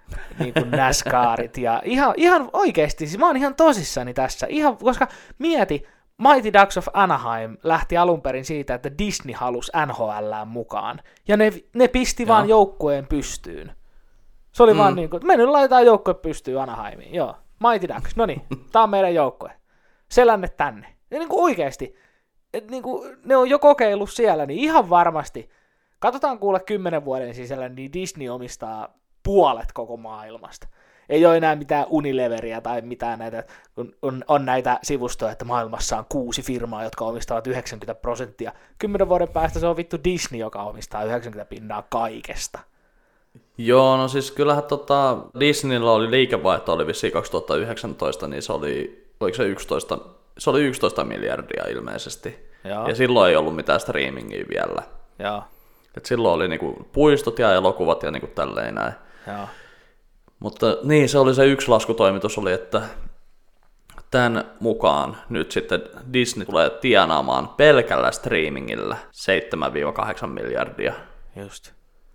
niin kuin NASCARit ja ihan oikeesti, siis mä oon ihan tosissani tässä, koska mieti, Mighty Ducks of Anaheim lähti alun perin siitä, että Disney halusi NHL:ään mukaan, ja ne pisti vaan joukkueen pystyyn. Se oli vaan niin kuin, me nyt laitetaan joukkue pystyyn Anaheimiin, joo, Mighty Ducks, no niin, tää on meidän joukkue, selänne tänne. Ja niin kuin oikeesti, niin kuin ne on jo kokeillut siellä, niin ihan varmasti, katsotaan kuule 10 vuoden sisällä, niin Disney omistaa puolet koko maailmasta. Ei ole enää mitään Unileveria tai mitään näitä, kun on näitä sivustoja, että maailmassa on 6 firmaa, jotka omistavat 90%. 10 vuoden päästä se on vittu Disney, joka omistaa 90% kaikesta. Joo, no siis kyllähän Disneyllä oli liikevaihto oli vissiin 2019, niin se oli, oliko se 11, se oli 11 miljardia ilmeisesti. Joo. Ja silloin ei ollut mitään streamingia vielä. Joo. Et silloin oli niinku puistot ja elokuvat ja niinku tälleen näin. Joo. Mutta niin, se oli se yksi laskutoimitus oli, että tämän mukaan nyt sitten Disney tulee tienaamaan pelkällä streamingillä 7-8 miljardia. Just.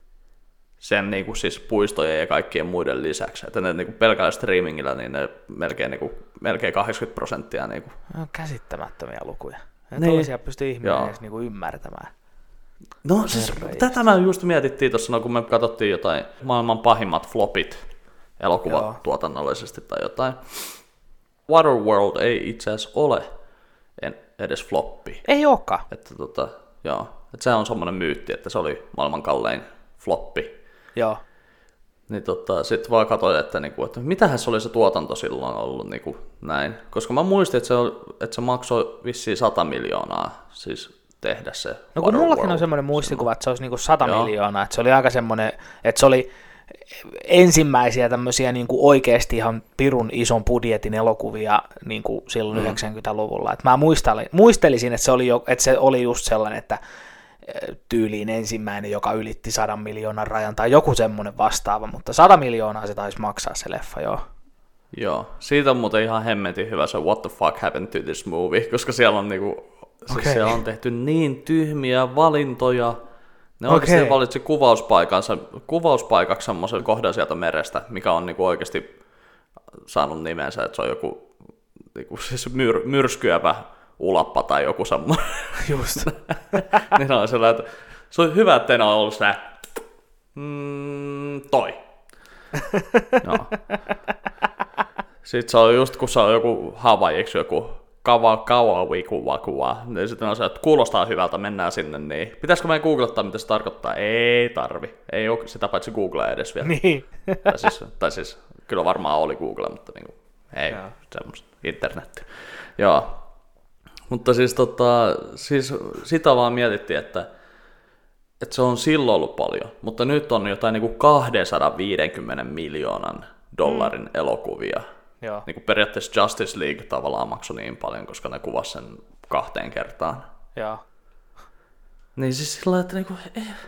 Sen niinku siis puistojen ja kaikkien muiden lisäksi. Että ne niinku pelkällä streamingillä niin ne melkein 80%. Niinku. Käsittämättömiä lukuja. Niin. Tällaisia pystyy ihminen edes niinku ymmärtämään. No siis tätä me just mietittiin tuossa, kun me katsottiin jotain maailman pahimmat flopit elokuvatuotannollisesti tai jotain. Waterworld ei itse asiassa ole edes floppi. Ei olekaan. Että että se on semmoinen myytti, että se oli maailman kallein floppi. Joo. Niin sitten vaan katsoin, että mitähän se oli se tuotanto silloin ollut niinku näin. Koska mä muistin, että se maksoi vissiin 100 miljoonaa siis tehdä se. No kun mullakin on semmoinen muistikuva, että se olisi niinku 100 miljoonaa, että se oli aika semmoinen, että se oli ensimmäisiä tämmöisiä niinku oikeasti ihan pirun ison budjetin elokuvia niinku silloin 90-luvulla. Et mä muistelisin, että se oli just sellainen, että tyyliin ensimmäinen, joka ylitti 100 miljoonan rajan tai joku semmoinen vastaava, mutta 100 miljoonaa se taisi maksaa se leffa, joo. Joo, siitä on muuten ihan hemmetin hyvä se What the fuck happened to this movie, koska siellä on niinku, siis siellä on tehty niin tyhmiä valintoja. Ne oikeasti valitsi kuvauspaikaksi semmoisen kohdan sieltä merestä, mikä on niinku oikeasti saanut nimensä, että se on joku niinku siis myrskyävä ulappa tai joku semmoinen. Just. Niin on sellainen, että se on hyvä, että ei ole ollut sitä toi. Joo. Sitten se on just, kun se on joku havaijiksi joku kawawikuwakua, niin sitten on se, että kuulostaa hyvältä, mennään sinne, niin pitäisikö meidän googlettaa, mitä se tarkoittaa? Ei tarvi. Ei ole sitä paitsi Googlea edes vielä. Niin. tai siis kyllä varmaan oli Google, mutta niin kuin, ei semmoista internetti. Joo. Mutta siis, siis sitä vaan mietittiin, että se on silloin ollut paljon, mutta nyt on jotain niin kuin 250 miljoonan dollarin elokuvia. Joo. Niin kuin periaatteessa Justice League tavallaan maksoi niin paljon, koska ne kuvasi sen 2 kertaan. Joo. Niin siis sillä että niinku,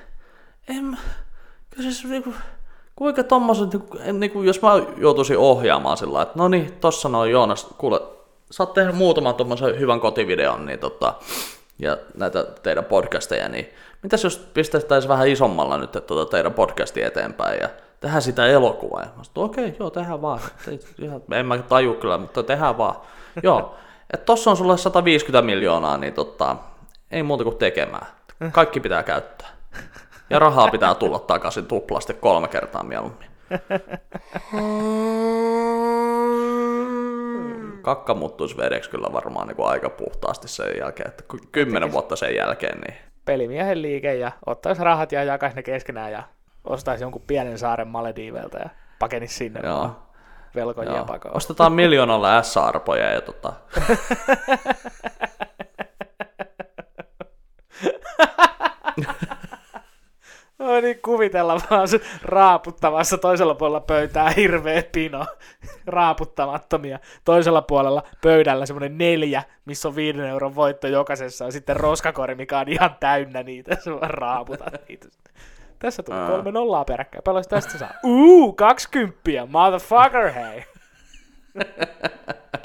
kyllä siis niinku, kuinka tommosen, niinku, jos mä joutuisin ohjaamaan sillä että no niin, tossa noin Joonas, kuule, sä oot tehnyt muutaman tommosen hyvän kotivideon, niin ja näitä teidän podcasteja, niin mitäs jos pistettäisiin vähän isommalla nyt teidän podcastia eteenpäin ja tehdään sitä elokuvaa. Ja mä sanoin, okei, joo, tehdään vaan. En mä taju kyllä, mutta tehdään vaan. Joo, että tossa on sulle 150 miljoonaa, niin ei muuta kuin tekemään. Kaikki pitää käyttää. Ja rahaa pitää tulla takaisin tuplasti 3 kertaa mieluummin. Kakka muuttuisi vedeksi kyllä varmaan niin kuin aika puhtaasti sen jälkeen, että 10 vuotta sen jälkeen. Niin pelimiehen liike ja ottaisi rahat ja jakaisi ne keskenään ja ostaisi jonkun pienen saaren Malediiveltä ja pakenisi sinne velkojia pakoon. Ostetaan 1 miljoonalla S-arpoja ja No niin, kuvitella vaan raaputtamassa toisella puolella pöytää hirveä pino, raaputtamattomia. Toisella puolella pöydällä semmoinen 4, missä on 5 euron voitto jokaisessa, ja sitten roskakori, mikä on ihan täynnä niitä, sä vaan raaputat niitä. Tässä tuli 3 nollaa peräkkäin, paljon tästä saa? 20, motherfucker, hei!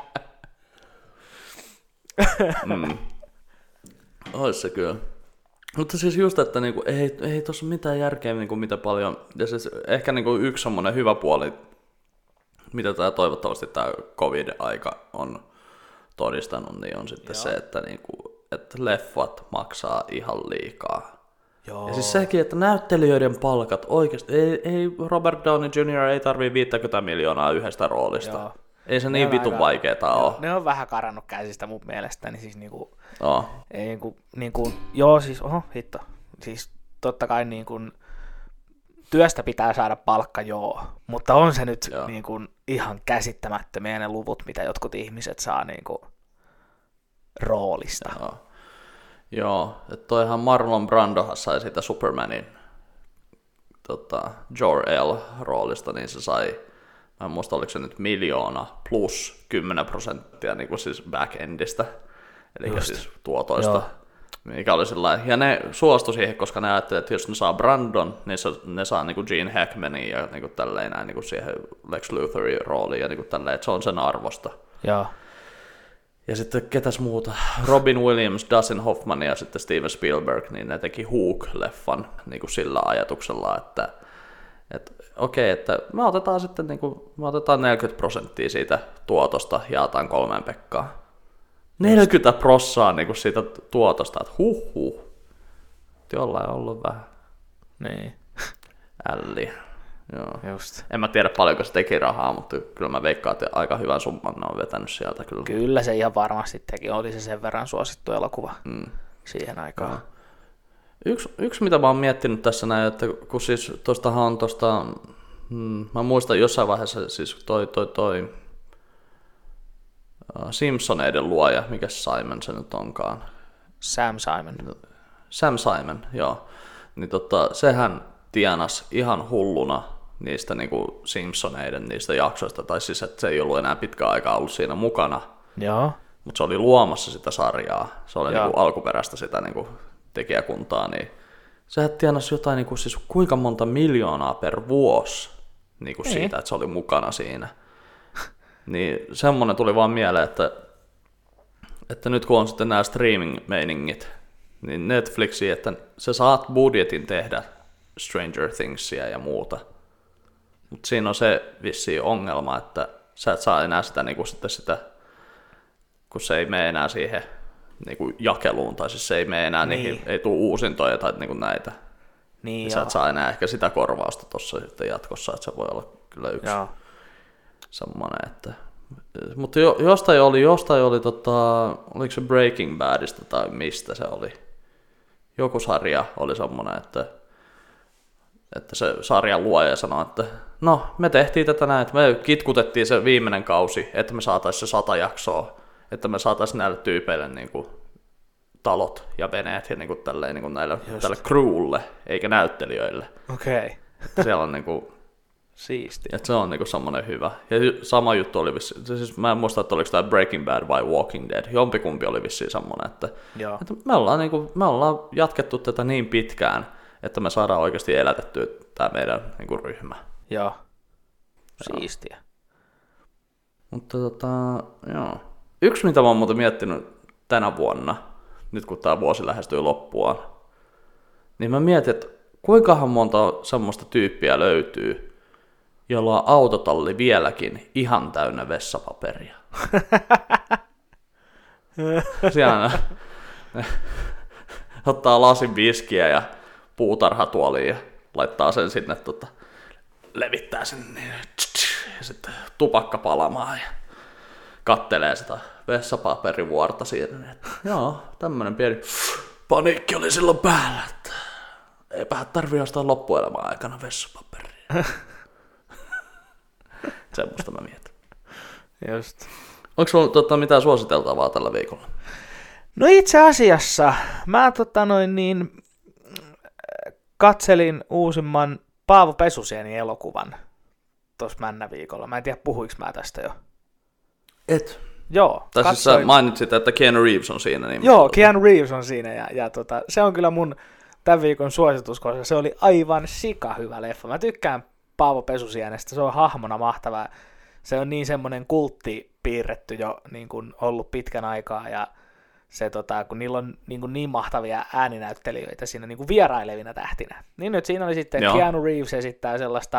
Ois se kyllä. Mutta siis just, että niinku, ei tuossa mitään järkeä niinku, mitä paljon, ja siis ehkä niinku, yksi semmoinen hyvä puoli, mitä toivottavasti tämä COVID-aika on todistanut, niin on sitten se, että, niinku, että leffat maksaa ihan liikaa. Joo. Ja siis sekin, että näyttelijöiden palkat oikeasti, ei Robert Downey Jr. ei tarvii 50 miljoonaa yhdestä roolista. Joo. Ei se niin vitun vaikeeta ole. Ne on vähän karannut käsistä mun mielestä, niin siis niinku, Oh. ei niinku, joo siis, hitto, siis totta kai niinku, työstä pitää saada palkka, joo, mutta on se nyt niinku ihan käsittämättömiä ne luvut, mitä jotkut ihmiset saa niinku roolista. Joo, että toihan Marlon Brandohan sai sitä Supermanin Jor-El roolista, niin se sai, mä en muista oliko se nyt 1,000,000 plus 10% niin kuin siis back-endistä, eli siis tuotoista, mikä oli sellainen, ja ne suostui siihen, koska ne ajattelivat, että jos ne saa Brandon, niin ne saa niin kuin Gene Hackmanin ja niin kuin tälleen näin, niin kuin siihen Lex Luthorin rooliin ja niin kuin tälleen, että se on sen arvosta. Joo. Ja sitten ketäs muuta? Robin Williams, Dustin Hoffman ja sitten Steven Spielberg, niin ne teki Hook-leffan niin kuin sillä ajatuksella, että okei, että me otetaan sitten niin kuin, me otetaan 40% siitä tuotosta, jaetaan 3 Pekkaan. 40% niin kuin siitä tuotosta, että jollain on ollut vähän Niin. älliä. Joo. Just. En mä tiedä paljonko se teki rahaa, mutta kyllä mä veikkaan, että aika hyvän summan ne on vetänyt sieltä. Kyllä se ihan varmasti teki, oli se sen verran suosittu elokuva siihen aikaan. Yksi mitä mä oon miettinyt tässä näin, että kun siis tostahan on mä muistan jossain vaiheessa siis toi Simpsoneiden luoja, mikä Simon se nyt onkaan? Sam Simon, joo. Niin sehän tienasi ihan hulluna niistä niinku Simpsoneiden niistä jaksoista, tai siis että se ei ollut enää pitkään aikaa ollut siinä mukana. Joo. Mutta se oli luomassa sitä sarjaa, se oli niinku alkuperäistä sitä niinku tekijäkuntaa, niin sehän tienasi jotain niinku siis kuinka monta miljoonaa per vuosi niinku siitä, että se oli mukana siinä. Niin semmoinen tuli vaan mieleen, että nyt kun on sitten nämä streaming-meiningit, niin Netflixi, että sä saat budjetin tehdä Stranger Thingsia ja muuta. Mutta siinä on se vissiin ongelma, että sä et saa enää sitä, niinku sitten sitä, kun se ei mene enää siihen niinku jakeluun, tai siis se ei mene enää niihin, ei tule uusintoja tai niinku näitä. Niin sä et saa enää ehkä sitä korvausta tuossa sitten jatkossa, että se voi olla kyllä yksi semmoinen, että... Mutta jostain oli oliko se Breaking Badista tai mistä se oli? Joku sarja oli semmoinen, että se sarjan luoja sanoi, että no, me tehtiin tätä näin, että me kitkutettiin se viimeinen kausi, että me saataisiin se 100 jaksoa, että me saataisiin näille tyypeille niinku talot ja veneet ja niinku tälleen niinku tälle crewlle, eikä näyttelijöille. Okei. Siellä on niinku... Siisti. Että se on niinku semmoinen hyvä. Ja sama juttu oli vissiin, siis mä en muista, että oliko tämä Breaking Bad vai Walking Dead. Jompikumpi oli vissiin semmoinen, että me ollaan jatkettu tätä niin pitkään, että me saadaan oikeasti elätettyä tämä meidän niinku ryhmä. Joo. Siistiä. Mutta joo. Yksi, mitä mä oon muuten miettinyt tänä vuonna, nyt kun tämä vuosi lähestyy loppuaan, niin mä mietin, että kuinkahan monta semmoista tyyppiä löytyy, jolla on autotalli vieläkin ihan täynnä vessapaperia. Siellä ne ottaa lasin viskiä ja puutarhatuoliin ja laittaa sen sinne, levittää sen ja sitten tupakka palamaan ja kattelee sitä vessapaperivuorta siinä. Että, joo, tämmönen pieni paniikki oli silloin päällä, että eipä tarvii ostaa loppuelämän aikana vessapaperia. Semmoista mä mietin. Just. Onko sulla mitään suositeltavaa tällä viikolla? No itse asiassa mä katselin uusimman Paavo Pesusieni elokuvan tuossa männäviikolla. Mä en tiedä, puhuinko mä tästä jo. Et. Joo. Tai siis sä mainitsit, että Keanu Reeves on siinä. Niin joo, Keanu Reeves on siinä ja se on kyllä mun tämän viikon suositus, koska se oli aivan sika hyvä leffa. Mä tykkään Paavo Pesusienestä, se on hahmona mahtava. Se on niin semmoinen kultti piirretty jo niin kuin ollut pitkän aikaa ja kun niillä on niin mahtavia ääninäyttelijöitä siinä niin kuin vierailevina tähtinä. Niin nyt siinä oli sitten Keanu Reeves esittää sellaista,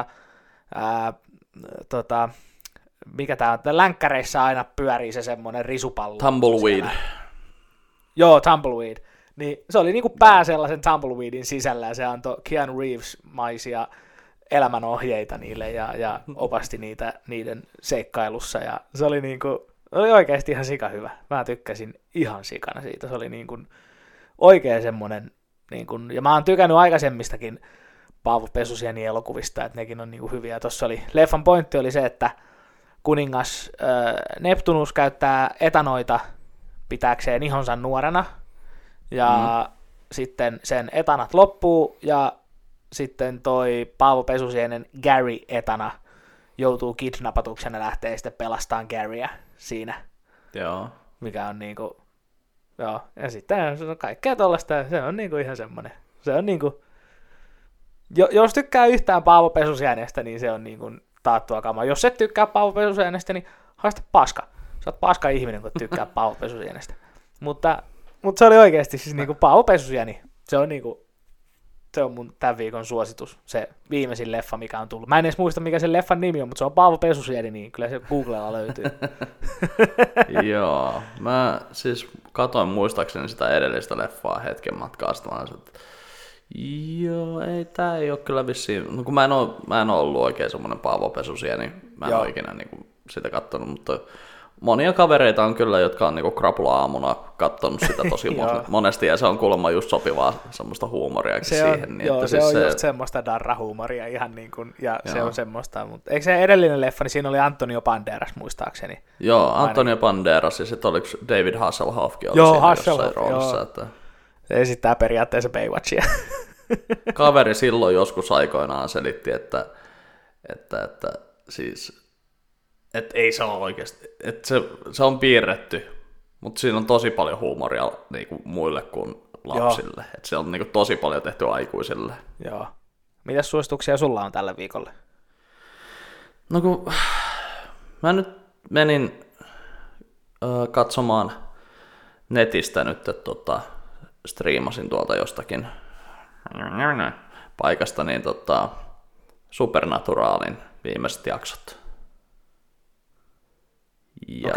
mikä tää on, länkkäreissä aina pyörii se semmoinen risupallo. Tumbleweed. Joo, Tumbleweed. Niin se oli niinku pää sellaisen Tumbleweedin sisällä ja se antoi Keanu Reeves-maisia elämänohjeita niille ja opasti niiden seikkailussa ja se oli oli oikeasti ihan sika hyvä. Mä tykkäsin ihan sikana siitä. Se oli oikein semmoinen, ja mä oon tykännyt aikaisemmistakin Paavo Pesusienin elokuvista, että nekin on hyviä. Tuossa oli, leffan pointti oli se, että kuningas Neptunus käyttää etanoita pitääkseen ihonsa nuorena, ja sitten sen etanat loppuu, ja sitten toi Paavo Pesusienen Gary etana joutuu kidnappatuksena ja lähtee sitten pelastamaan Garyä siinä. Joo. Mikä on joo, ja sitten se on kaikkea tollaista, se on ihan semmoinen, se on jos tykkää yhtään Paavo Pesusienestä, niin se on taattua kamaa. Jos et tykkää Paavo Pesusienestä, niin haista paska. Sä oot paska ihminen, kun tykkää Paavo Pesusienestä. Mutta se oli oikeasti siis Paavo Pesusieni. Se on mun tämän viikon suositus. Se viimeisin leffa, mikä on tullut. Mä en edes muista, mikä sen leffan nimi on, mutta se on Paavo Pesusieni, niin kyllä se Googlella löytyy. Joo, mä siis katoin muistaakseni sitä edellistä leffaa hetken matkaa. Joo, tää ei ole kyllä vissiin, no kun mä en oo ollut oikein semmonen Paavo Pesusieni, mä en oo ikinä sitä kattonut, mutta monia kavereita on kyllä, jotka on krapula-aamuna kattonut sitä tosi monesti, ja se on kuulemma just sopivaa semmoista huumoriakin siihen. Niin, joo, että se siis on just semmoista darra-huumoria ihan ja se on semmoista, mutta eikö se edellinen leffa, niin siinä oli Antonio Banderas muistaakseni? Joo, Antonio Banderas, ja sitten oliko David Hasselhoffkin oli siinä jossain roolissa. Että se esittää periaatteessa Baywatchia. Kaveri silloin joskus aikoinaan selitti, että siis ei se ole oikeasti, että se on piirretty, mutta siinä on tosi paljon huumoria muille kuin lapsille. Että se on tosi paljon tehty aikuisille. Joo. Mitäs suosituksia sulla on tällä viikolla? No kun mä nyt menin katsomaan netistä nyt, striimasin tuolta jostakin paikasta, niin Supernaturalin viimeiset jaksot. Ja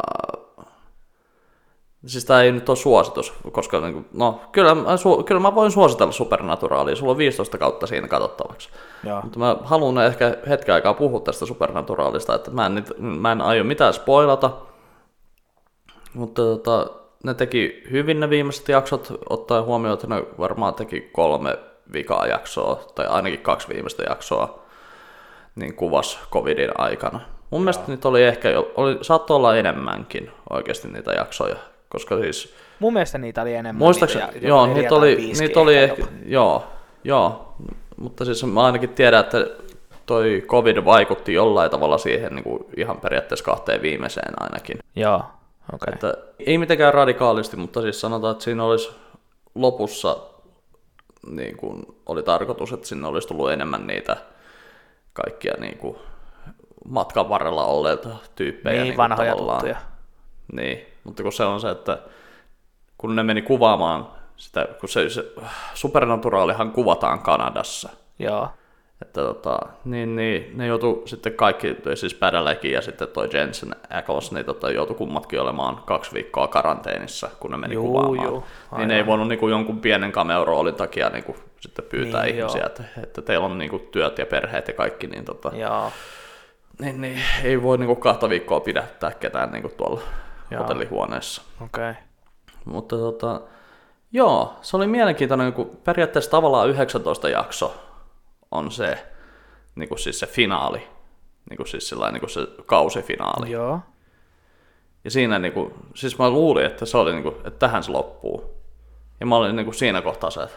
siis tää ei nyt ole suositus, koska kyllä mä voin suositella Supernaturalia, sulla on 15 kautta siinä katsottavaksi. Joo. Mutta mä haluan ehkä hetken aikaa puhua tästä Supernaturalista, että mä en aio mitään spoilata, mutta ne teki hyvin ne viimeiset jaksot, ottaen huomioon, että ne varmaan teki 3 vikaa jaksoa, tai ainakin 2 viimeistä jaksoa, niin kuvas covidin aikana. Mun mielestä niitä oli ehkä, saattoi olla enemmänkin oikeasti niitä jaksoja, koska siis mun mielestä niitä oli enemmän. Muistaakseni, joo, niitä oli ehkä, joo, mutta siis mä ainakin tiedän, että toi covid vaikutti jollain tavalla siihen niin kuin ihan periaatteessa 2 viimeiseen ainakin. Joo, okei. Että ei mitenkään radikaalisti, mutta siis sanotaan, että siinä olisi lopussa niin kuin oli tarkoitus, että sinne olisi tullut enemmän niitä kaikkia niin kuin matkan varrella olleita tyyppejä. Niin, vanhoja tuttuja. Niin, mutta kun se on se, että kun ne meni kuvaamaan sitä, kun se Supernaturaalihan kuvataan Kanadassa. Joo. Että niin ne joutu sitten kaikki, siis Padalecki ja sitten toi Jensen Ackles, niin joutu kummatkin olemaan 2 viikkoa karanteenissa, kun ne meni kuvaamaan. Niin ne ei voinut niinku jonkun pienen cameo-roolin takia niinku sitten pyytää ihmisiä, että teillä on niinku työt ja perheet ja kaikki, niin niin ei voi niinku 2 viikkoa pidättää ketään niinku tuolla hotellihuoneessa. Okay. Mutta joo, se oli mielenkiintoinen, kun periaatteessa tavallaan 19 jakso on se, niinku siis se finaali, niinku siis sellainen niinku se kausifinaali. Joo. Ja siinä niinku, siis mä luulin, että se oli niinku, että tähän se loppuu. Ja mä olin niinku siinä kohtaa se, että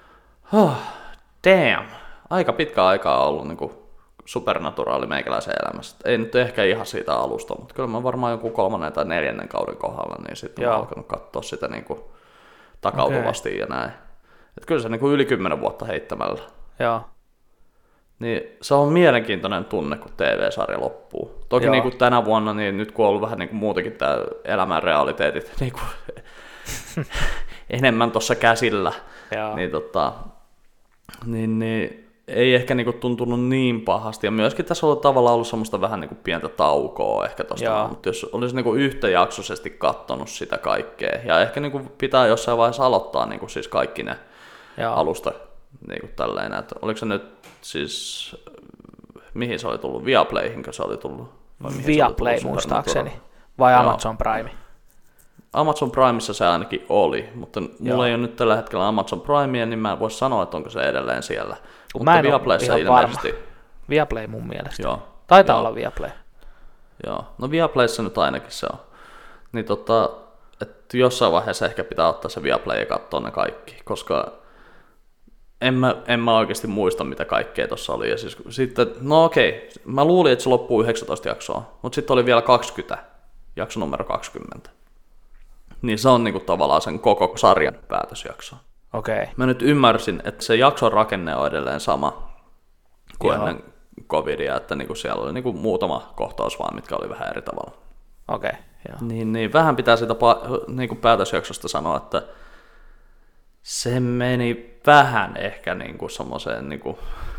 damn, aika pitkä aikaa ollut niinku Supernaturaali meikäläisen elämässä. Ei nyt ehkä ihan siitä alusta, mutta kyllä mä varmaan joku 3. tai 4. kauden kohdalla, niin sitten mä alkanut katsoa sitä niinku takautuvasti ja näin. Että kyllä se niinku yli 10 vuotta heittämällä. Joo. Niin se on mielenkiintoinen tunne, kun TV-sarja loppuu. Toki niin kuin tänä vuonna, niin nyt kun on ollut vähän niin kuin muutenkin tämä elämän realiteetit niin kuin enemmän tuossa käsillä, Joo. niin ei ehkä niinku tuntunut niin pahasti. Ja myöskin tässä on tavallaan ollut semmoista vähän niinku pientä taukoa ehkä tosta, mutta jos olisi niinku yhtäjaksoisesti katsonut sitä kaikkea, ja ehkä niinku pitää jossain vaiheessa aloittaa niinku siis kaikki ne alusta niinku tälleen, että oliko se nyt siis, mihin se oli tullut, Viaplayhinkö se oli tullut? Viaplay muistaakseni, vai Amazon Prime? Amazon Primeissa se ainakin oli, mutta mulla ei ole nyt tällä hetkellä Amazon Primea, niin mä en voi sanoa, että onko se edelleen siellä. Mutta Viaplayssa ilmeisesti. Varma. Viaplay mun mielestä. Joo. Taitaa olla Viaplay. Joo, no Viaplayssa nyt ainakin se on. Niin että jossain vaiheessa ehkä pitää ottaa se Viaplay ja katsoa ne kaikki, koska en mä oikeasti muista, mitä kaikkea tuossa oli. Ja siis, sitten, no okei, mä luulin, että se loppuu 19 jaksoa, mutta sitten oli vielä 20, jakso numero 20. Niin se on niinku tavallaan sen koko sarjan päätösjakso. Okei. Mä nyt ymmärsin, että se jakson rakenne on edelleen sama kuin ennen covidia, että niinku siellä oli niinku muutama kohtaus vaan, mitkä oli vähän eri tavalla. Okei, joo. Niin vähän pitää siitä niinku päätösjaksosta sanoa, että se meni vähän ehkä niinku semmoiseen niinku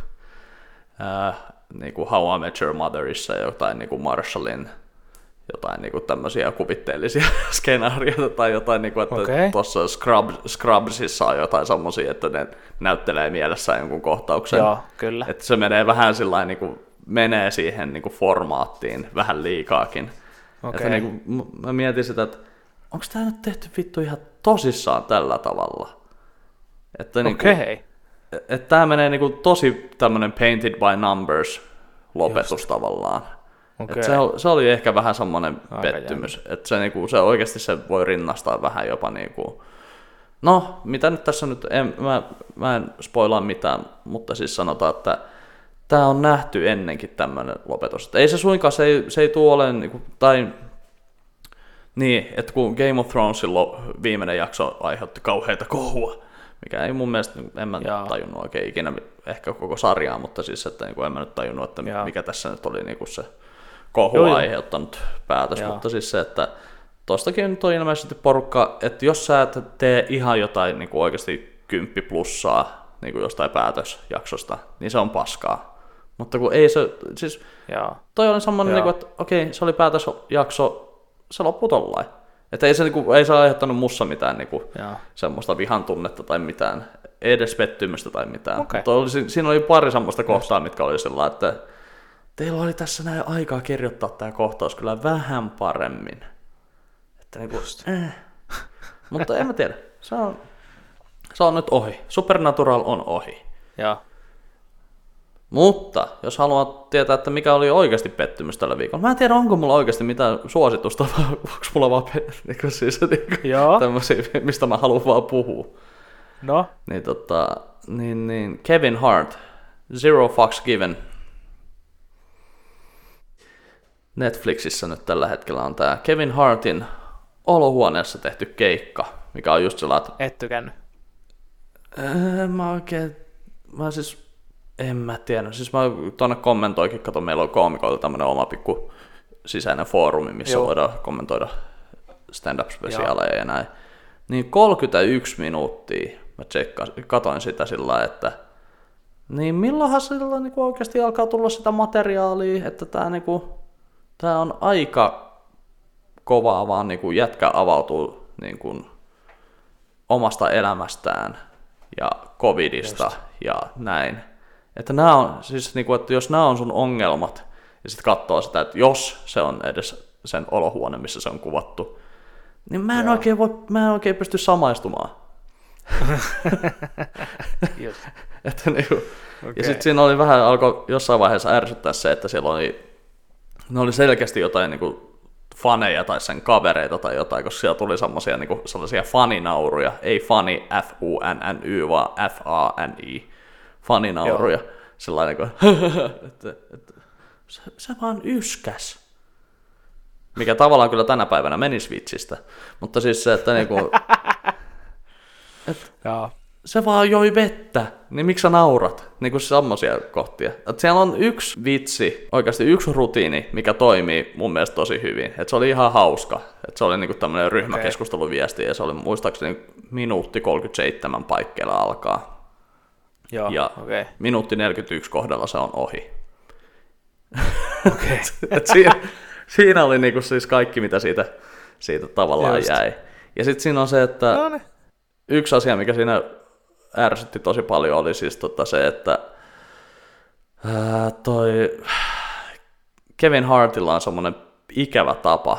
How I Met Your Motherissa jotain niinku Marshallin jotain niinku tämmöisiä kuvitteellisia skenaarioita tai jotain, niinku, että tuossa Scrubsissa on jotain semmoisia, että ne näyttelee mielessään jonkun kohtauksen. Joo, kyllä. Että se menee vähän sillain, niinku, menee siihen niinku formaattiin vähän liikaakin. Että niinku, mä mietin sitä, että onko tämä nyt tehty vittu ihan tosissaan tällä tavalla? Että niinku, että tämä menee niinku tosi tämmönen painted by numbers lopetus tavallaan. Okay. Se oli ehkä vähän semmoinen pettymys, että se oikeasti se voi rinnastaa vähän jopa niinku, no mitä nyt tässä nyt, mä en spoilaa mitään, mutta siis sanotaan, että tämä on nähty ennenkin tämmöinen lopetus. Että ei se suinkaan, se ei tule olemaan, niinku, tai niin, että kun Game of Thronesin viimeinen jakso aiheutti kauheita kohua, mikä ei mun mielestä, en mä tajunnut oikein ikinä ehkä koko sarjaa, mutta siis, että niinku, en mä nyt tajunnut, että mikä tässä nyt oli niinku se kohua aiheuttanut päätös, mutta siis se, että tostakin nyt on ilmeisesti porukka, että jos sä et tee ihan jotain niin kuin oikeasti 10 plussaa niin kuin jostain päätösjaksosta, niin se on paskaa. Mutta kun ei se, siis toi oli semmoinen, niin kuin, että okei, se oli päätösjakso, se loppui tollain. Että ei se, niin kuin, ei se aiheuttanut mussa mitään niin kuin, semmoista vihan tunnetta tai mitään, ei edes pettymystä tai mitään. Mutta siinä oli pari semmoista kohtaa, mitkä oli sellainen, että teillä oli tässä näin aikaa kirjoittaa tämä kohtaus kyllä vähän paremmin. Että niinku, Mutta en mä tiedä. Se on nyt ohi. Supernatural on ohi. Ja. Mutta jos haluat tietää, että mikä oli oikeasti pettymys tällä viikolla. Mä en tiedä, onko mulla oikeasti mitään suositusta, vai onko mulla vaan siis, tämmöisiä, mistä mä haluan vaan puhua. No? Niin Kevin Hart, Zero Fucks Given. Netflixissä nyt tällä hetkellä on tää Kevin Hartin olohuoneessa tehty keikka, mikä on just sellainen, että et tykännyt? En mä tiedä. Siis mä tuonne kommentoikin, kato, meillä on koomikoilla tämmönen oma pikku sisäinen foorumi, missä voidaan kommentoida stand-up-spesiaaleja ja näin. Niin 31 minuuttia mä katoin sitä sillä lailla, että niin milloinhan sillä niinku oikeasti alkaa tulla sitä materiaalia, että tää on aika kovaa vaan niinku jätkä avautuu niinku omasta elämästään ja covidista ja näin. Että nämä on siis niinku, että jos nämä on sun ongelmat ja sitten katsoo sitä, että jos se on edes sen olohuone, missä se on kuvattu, niin mä en oikein pysty samaistumaan. Että niinku, ja sitten siinä oli vähän, alkoi jossain vaiheessa ärsyttää se, että siellä oli selkeästi jotain niinku faneja tai sen kavereita tai jotain, koska siellä tuli niinku sellaisia faninauruja, ei fani F-U-N-N-Y, vaan F-A-N-I, faninauruja. Sellainen kuin, että se vaan yskäs. Mikä tavallaan kyllä tänä päivänä menisi vitsistä, mutta siis se, että niinku, se vaan joi vettä, niin miksi sä naurat? Niinku semmosia kohtia. Et siellä on yksi vitsi, oikeasti yksi rutiini, mikä toimii mun mielestä tosi hyvin. Et se oli ihan hauska. Et se oli niinku tämmönen ryhmäkeskusteluviesti ja se oli muistaakseni minuutti 37 paikkeilla alkaa. Joo, ja minuutti 41 kohdalla se on ohi. Okay. Siinä oli niinku siis kaikki, mitä siitä tavallaan jäi. Ja sitten siinä on se, että yksi asia, mikä siinä ärsytti tosi paljon, oli siis se, että toi Kevin Hartilla on semmoinen ikävä tapa,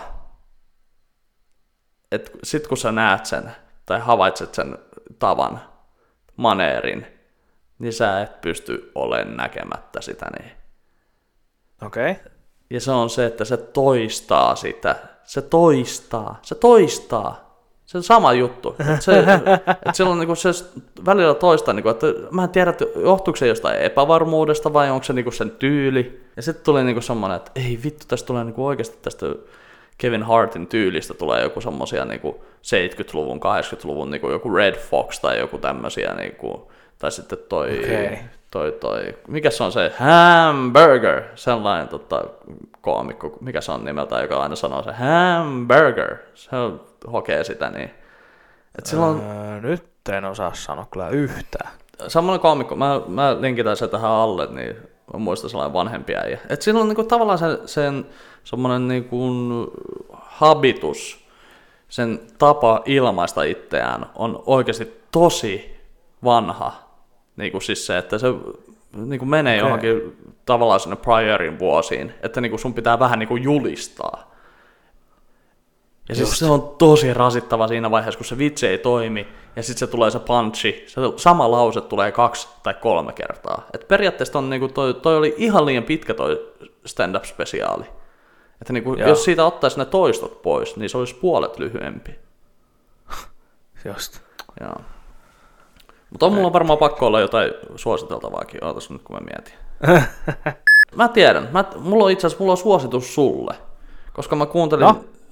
että sit kun sä näet sen tai havaitset sen tavan, maneerin, niin sä et pysty olemaan näkemättä sitä niin. Okei. Okay. Ja se on se, että se toistaa sitä. Se toistaa. Se on sama juttu. Että silloin niinku se välillä toistaa, niinku, että mä en tiedä, että johtuuko se jostain epävarmuudesta vai onko se niinku sen tyyli. Ja sitten tuli niinku semmoinen, että ei vittu, tästä tulee niinku oikeasti tästä Kevin Hartin tyylistä tulee joku semmosia niinku 70-luvun, 80-luvun niinku joku Red Fox tai joku tämmösiä niinku, tai sitten toi, mikä se on se hamburger, sellainen koomikko, mikä se on nimeltä, joka aina sanoo se hamburger, se hokee sitä niin. Et silloin, nyt en osaa sanoa kyllä yhtään. Semmoinen koomikko, mä linkitän se tähän alle, niin mä muistan sellainen vanhempi äijä. Et silloin niinku tavallaan sen semmoinen niinku habitus, sen tapa ilmaista itseään on oikeasti tosi vanha. Niinku siis se, että se niinku menee johonkin tavallaan sinne priorin vuosiin, että niinku sun pitää vähän niinku julistaa. Ja siis se on tosi rasittava siinä vaiheessa, kun se vitsi ei toimi, ja sitten se tulee se punchi, se sama lause tulee 2 tai 3 kertaa. Et periaatteessa on, niinku, toi oli ihan liian pitkä toi stand-up-spesiaali. Että niinku, jos siitä ottaisi ne toistot pois, niin se olisi puolet lyhyempi. Just. Joo. Mutta mulla on varmaan pakko olla jotain suositeltavaakin, ootas nyt kun mä mietin. Mä tiedän, mulla on suositus sulle, koska mä kuuntelin,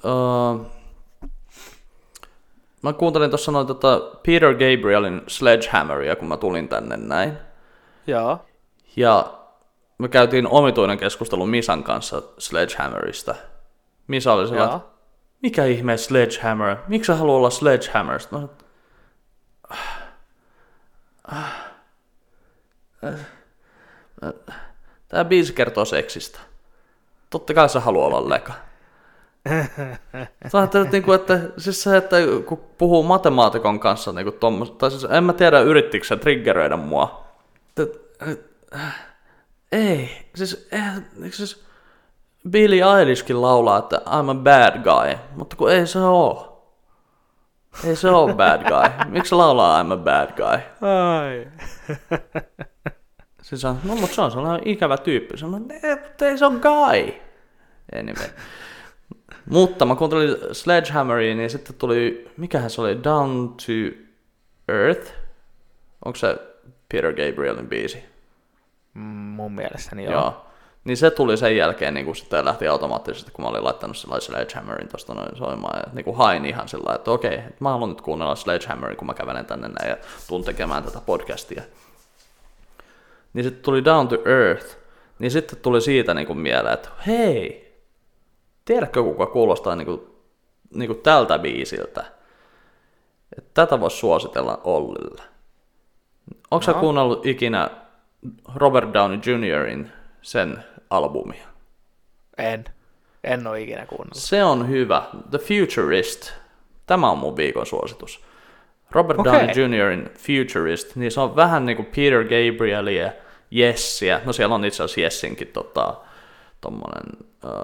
mä kuuntelin tuossa noin Peter Gabrielin Sledgehammeria, kun mä tulin tänne näin. Joo. Ja me käytiin omituinen keskustelu Misan kanssa Sledgehammerista. Misa oli sellainen, että mikä ihme Sledgehammer, miksi sä haluat olla Sledgehammer? Tää biisi kertoo seksistä. Totta kai sä haluaa olla leka. Että siis se, että kun puhuu matemaatikon kanssa niin tai siis en mä tiedä yrittikö se triggeröidä mua. Ei, siis Billie Eilishkin laulaa, että I'm a bad guy, mutta kun ei se oo. Ei se oo bad guy. Miksi se laulaa I'm a bad guy? Ai. Siis on, no mutta se on sellainen ikävä tyyppi. Se on, ei se on guy. Anyway. Mutta mä kuuntelin Sledgehammeria, niin sitten tuli, mikähän se oli, Down to Earth? Onko se Peter Gabrielin biisi? Mun mielestäni joo. Niin se tuli sen jälkeen, niin kun sitten lähti automaattisesti, kun mä olin laittanut sellainen Sledgehammerin tuosta noin soimaan. Ja niin kuin hain ihan sillä että okei, mä haluan nyt kuunnella Sledgehammerin, kun mä kävelen tänne näin ja tuun tekemään tätä podcastia. Niin sitten tuli Down to Earth. Niin sitten tuli siitä niin kuin mieleen, että hei, tiedätkö kuka kuulostaa niin kuin tältä biisiltä? Että tätä voisi suositella Ollille. Onko sä kuunnellut ikinä Robert Downey Jr.'in sen albumia? En ole ikinä kuunnellut. Se on hyvä. The Futurist. Tämä on mun viikon suositus. Robert Downey Jr.'in Futurist, niin se on vähän niin kuin Peter Gabrielia, Yesiä. No siellä on itse asiassa Yesinkin tommonen,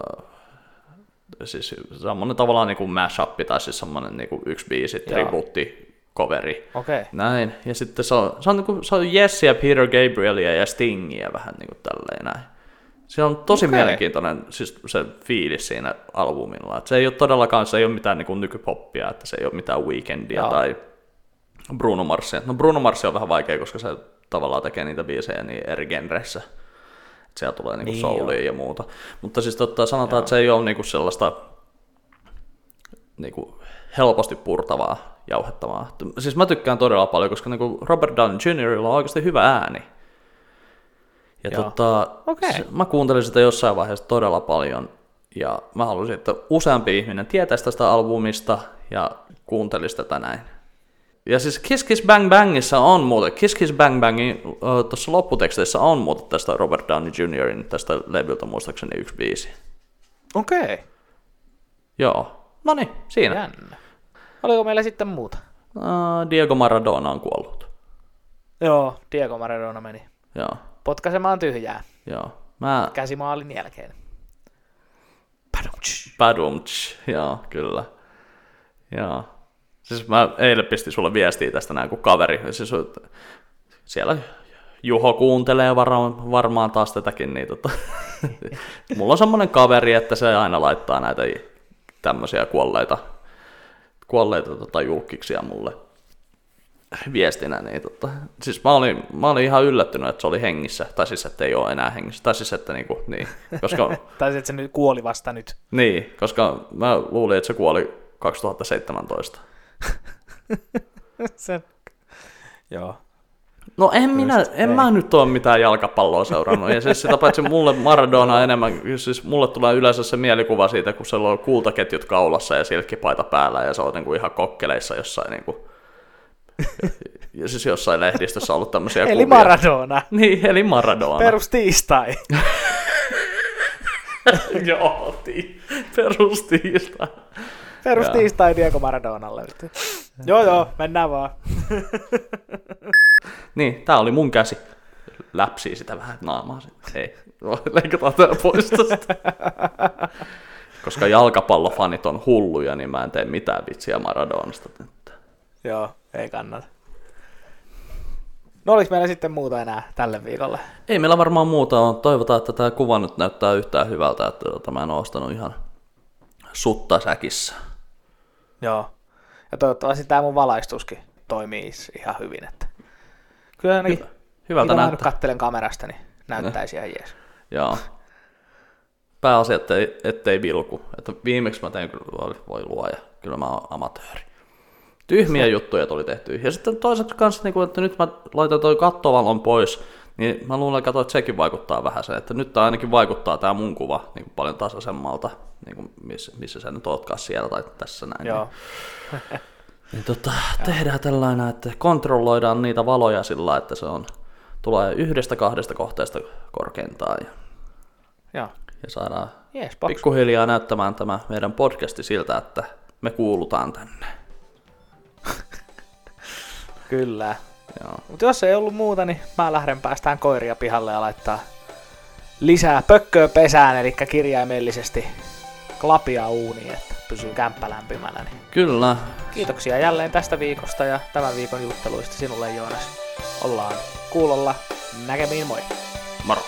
siis semmonen tavallaan niin kuin mashup, tai siis semmonen niin kuin yksi biisi, tribuutti, coveri. Näin. Ja sitten se on Yesiä, Peter Gabrielia ja Stingiä vähän niin kuin tälleen näin. Se on tosi mielenkiintoinen siis se fiilis siinä albumilla. Se ei ole todellakaan, se ei ole mitään niin kuin nykypoppia, että se ei ole mitään Weekendia tai Bruno Marsia. No Bruno Mars on vähän vaikea, koska se tavallaan tekee niitä biisejä niin eri genreissä. Siellä tulee niinku soulia ja muuta. Mutta siis sanotaan, että se ei ole niinku sellaista niinku helposti purtavaa jauhettamaan. Siis mä tykkään todella paljon, koska niinku Robert Downey Jr. on oikeasti hyvä ääni. Ja mä kuuntelin sitä jossain vaiheessa todella paljon, ja mä halusin, että useampi ihminen tietäisi tästä albumista ja kuuntelisi tätä näin. Ja siis Kiss Kiss Bang Bangissa on muuten, Kiss Kiss Bang Bangin tuossa lopputeksteissä on muuten tästä Robert Downey Jr.in tästä levyltä muistaakseni yksi biisi. Okei. Joo, no niin, siinä. Jännä. Oliko meillä sitten muuta? Diego Maradona on kuollut. Joo, Diego Maradona meni. Joo. Potkaisemaan tyhjää. Joo. Käsimaalin jälkeen. Padumtsch, joo, kyllä. Joo. Siis mä eilen pistin sulle viestiä tästä näin kuin kaveri. Siis, siellä Juho kuuntelee varmaan taas tätäkin. Niin mulla on semmoinen kaveri, että se aina laittaa näitä tämmöisiä kuolleita julkkiksia mulle viestinä. Niin siis mä olin ihan yllättynyt, että se oli hengissä. Tai siis, että ei ole enää hengissä. Tai siis, että niin, koska... tai siis, että se nyt kuoli vasta nyt. Niin, koska mä luulin, että se kuoli 2017. Joo. No en mä nyt ole mitään jalkapalloa seurannut, ja siis sitä paitsi mulle Maradona enemmän, siis mulle tulee yleensä se mielikuva siitä, kun siellä on kultaketjut kaulassa ja silkkipaita päällä, ja se on niinku ihan kokkeleissa jossain niinku, ja siis jossain lehdistössä on ollut tämmöisiä eli kuvia. Maradona. Niin, eli Maradona. Perustiistai. Joo, perustiistai. Perustiistai Diego Maradonalle. Joo, mennään vaan. Niin, tää oli mun käsi. Läpsii sitä vähän naamaa. Hei, leikataan tää pois tästä. Koska jalkapallofanit on hulluja, niin mä en tee mitään vitsiä Maradonasta. Joo, ei kannata. No oliko meillä sitten muuta enää tälle viikolle? Ei meillä varmaan muuta on. Toivotaan, että tämä kuva nyt näyttää yhtään hyvältä, että mä en ole ostanut ihan sutta säkissä. Joo. Ja toivottavasti tämä mun valaistuskin toimii ihan hyvin. Että kyllä ainakin, hyvältä mitä mä nyt katselen kamerasta, niin näyttäisi ihan jees. Joo. Pääasia, ettei vilku. Että viimeksi mä tein, voi luoja, kyllä mä oon amatööri. Tyhmiä juttuja tuli tehty. Ja sitten toiseksi kanssa, että nyt mä laitan toi kattovalon pois, niin mä luulen, että sekin vaikuttaa vähän sen, että nyt tää ainakin vaikuttaa tää mun kuva niin paljon tasaisemmalta, niin missä sä nyt ootkaan siellä tai tässä näin. Joo. Niin tehdään tällainen, että kontrolloidaan niitä valoja sillä, että se tulee 1-2 kohteesta korkeintaan. Ja saadaan pikkuhiljaa näyttämään tämä meidän podcasti siltä, että me kuulutaan tänne. Kyllä. Mutta jos ei ollut muuta, niin mä lähden päästään koiria pihalle ja laittaa lisää pökköä pesään, eli kirjaimellisesti klapia uuniin, että pysyy kämppä lämpimänä. Niin. Kyllä. Kiitoksia jälleen tästä viikosta ja tämän viikon jutteluista sinulle, Joonas. Ollaan kuulolla. Näkemiin, moi. Moro.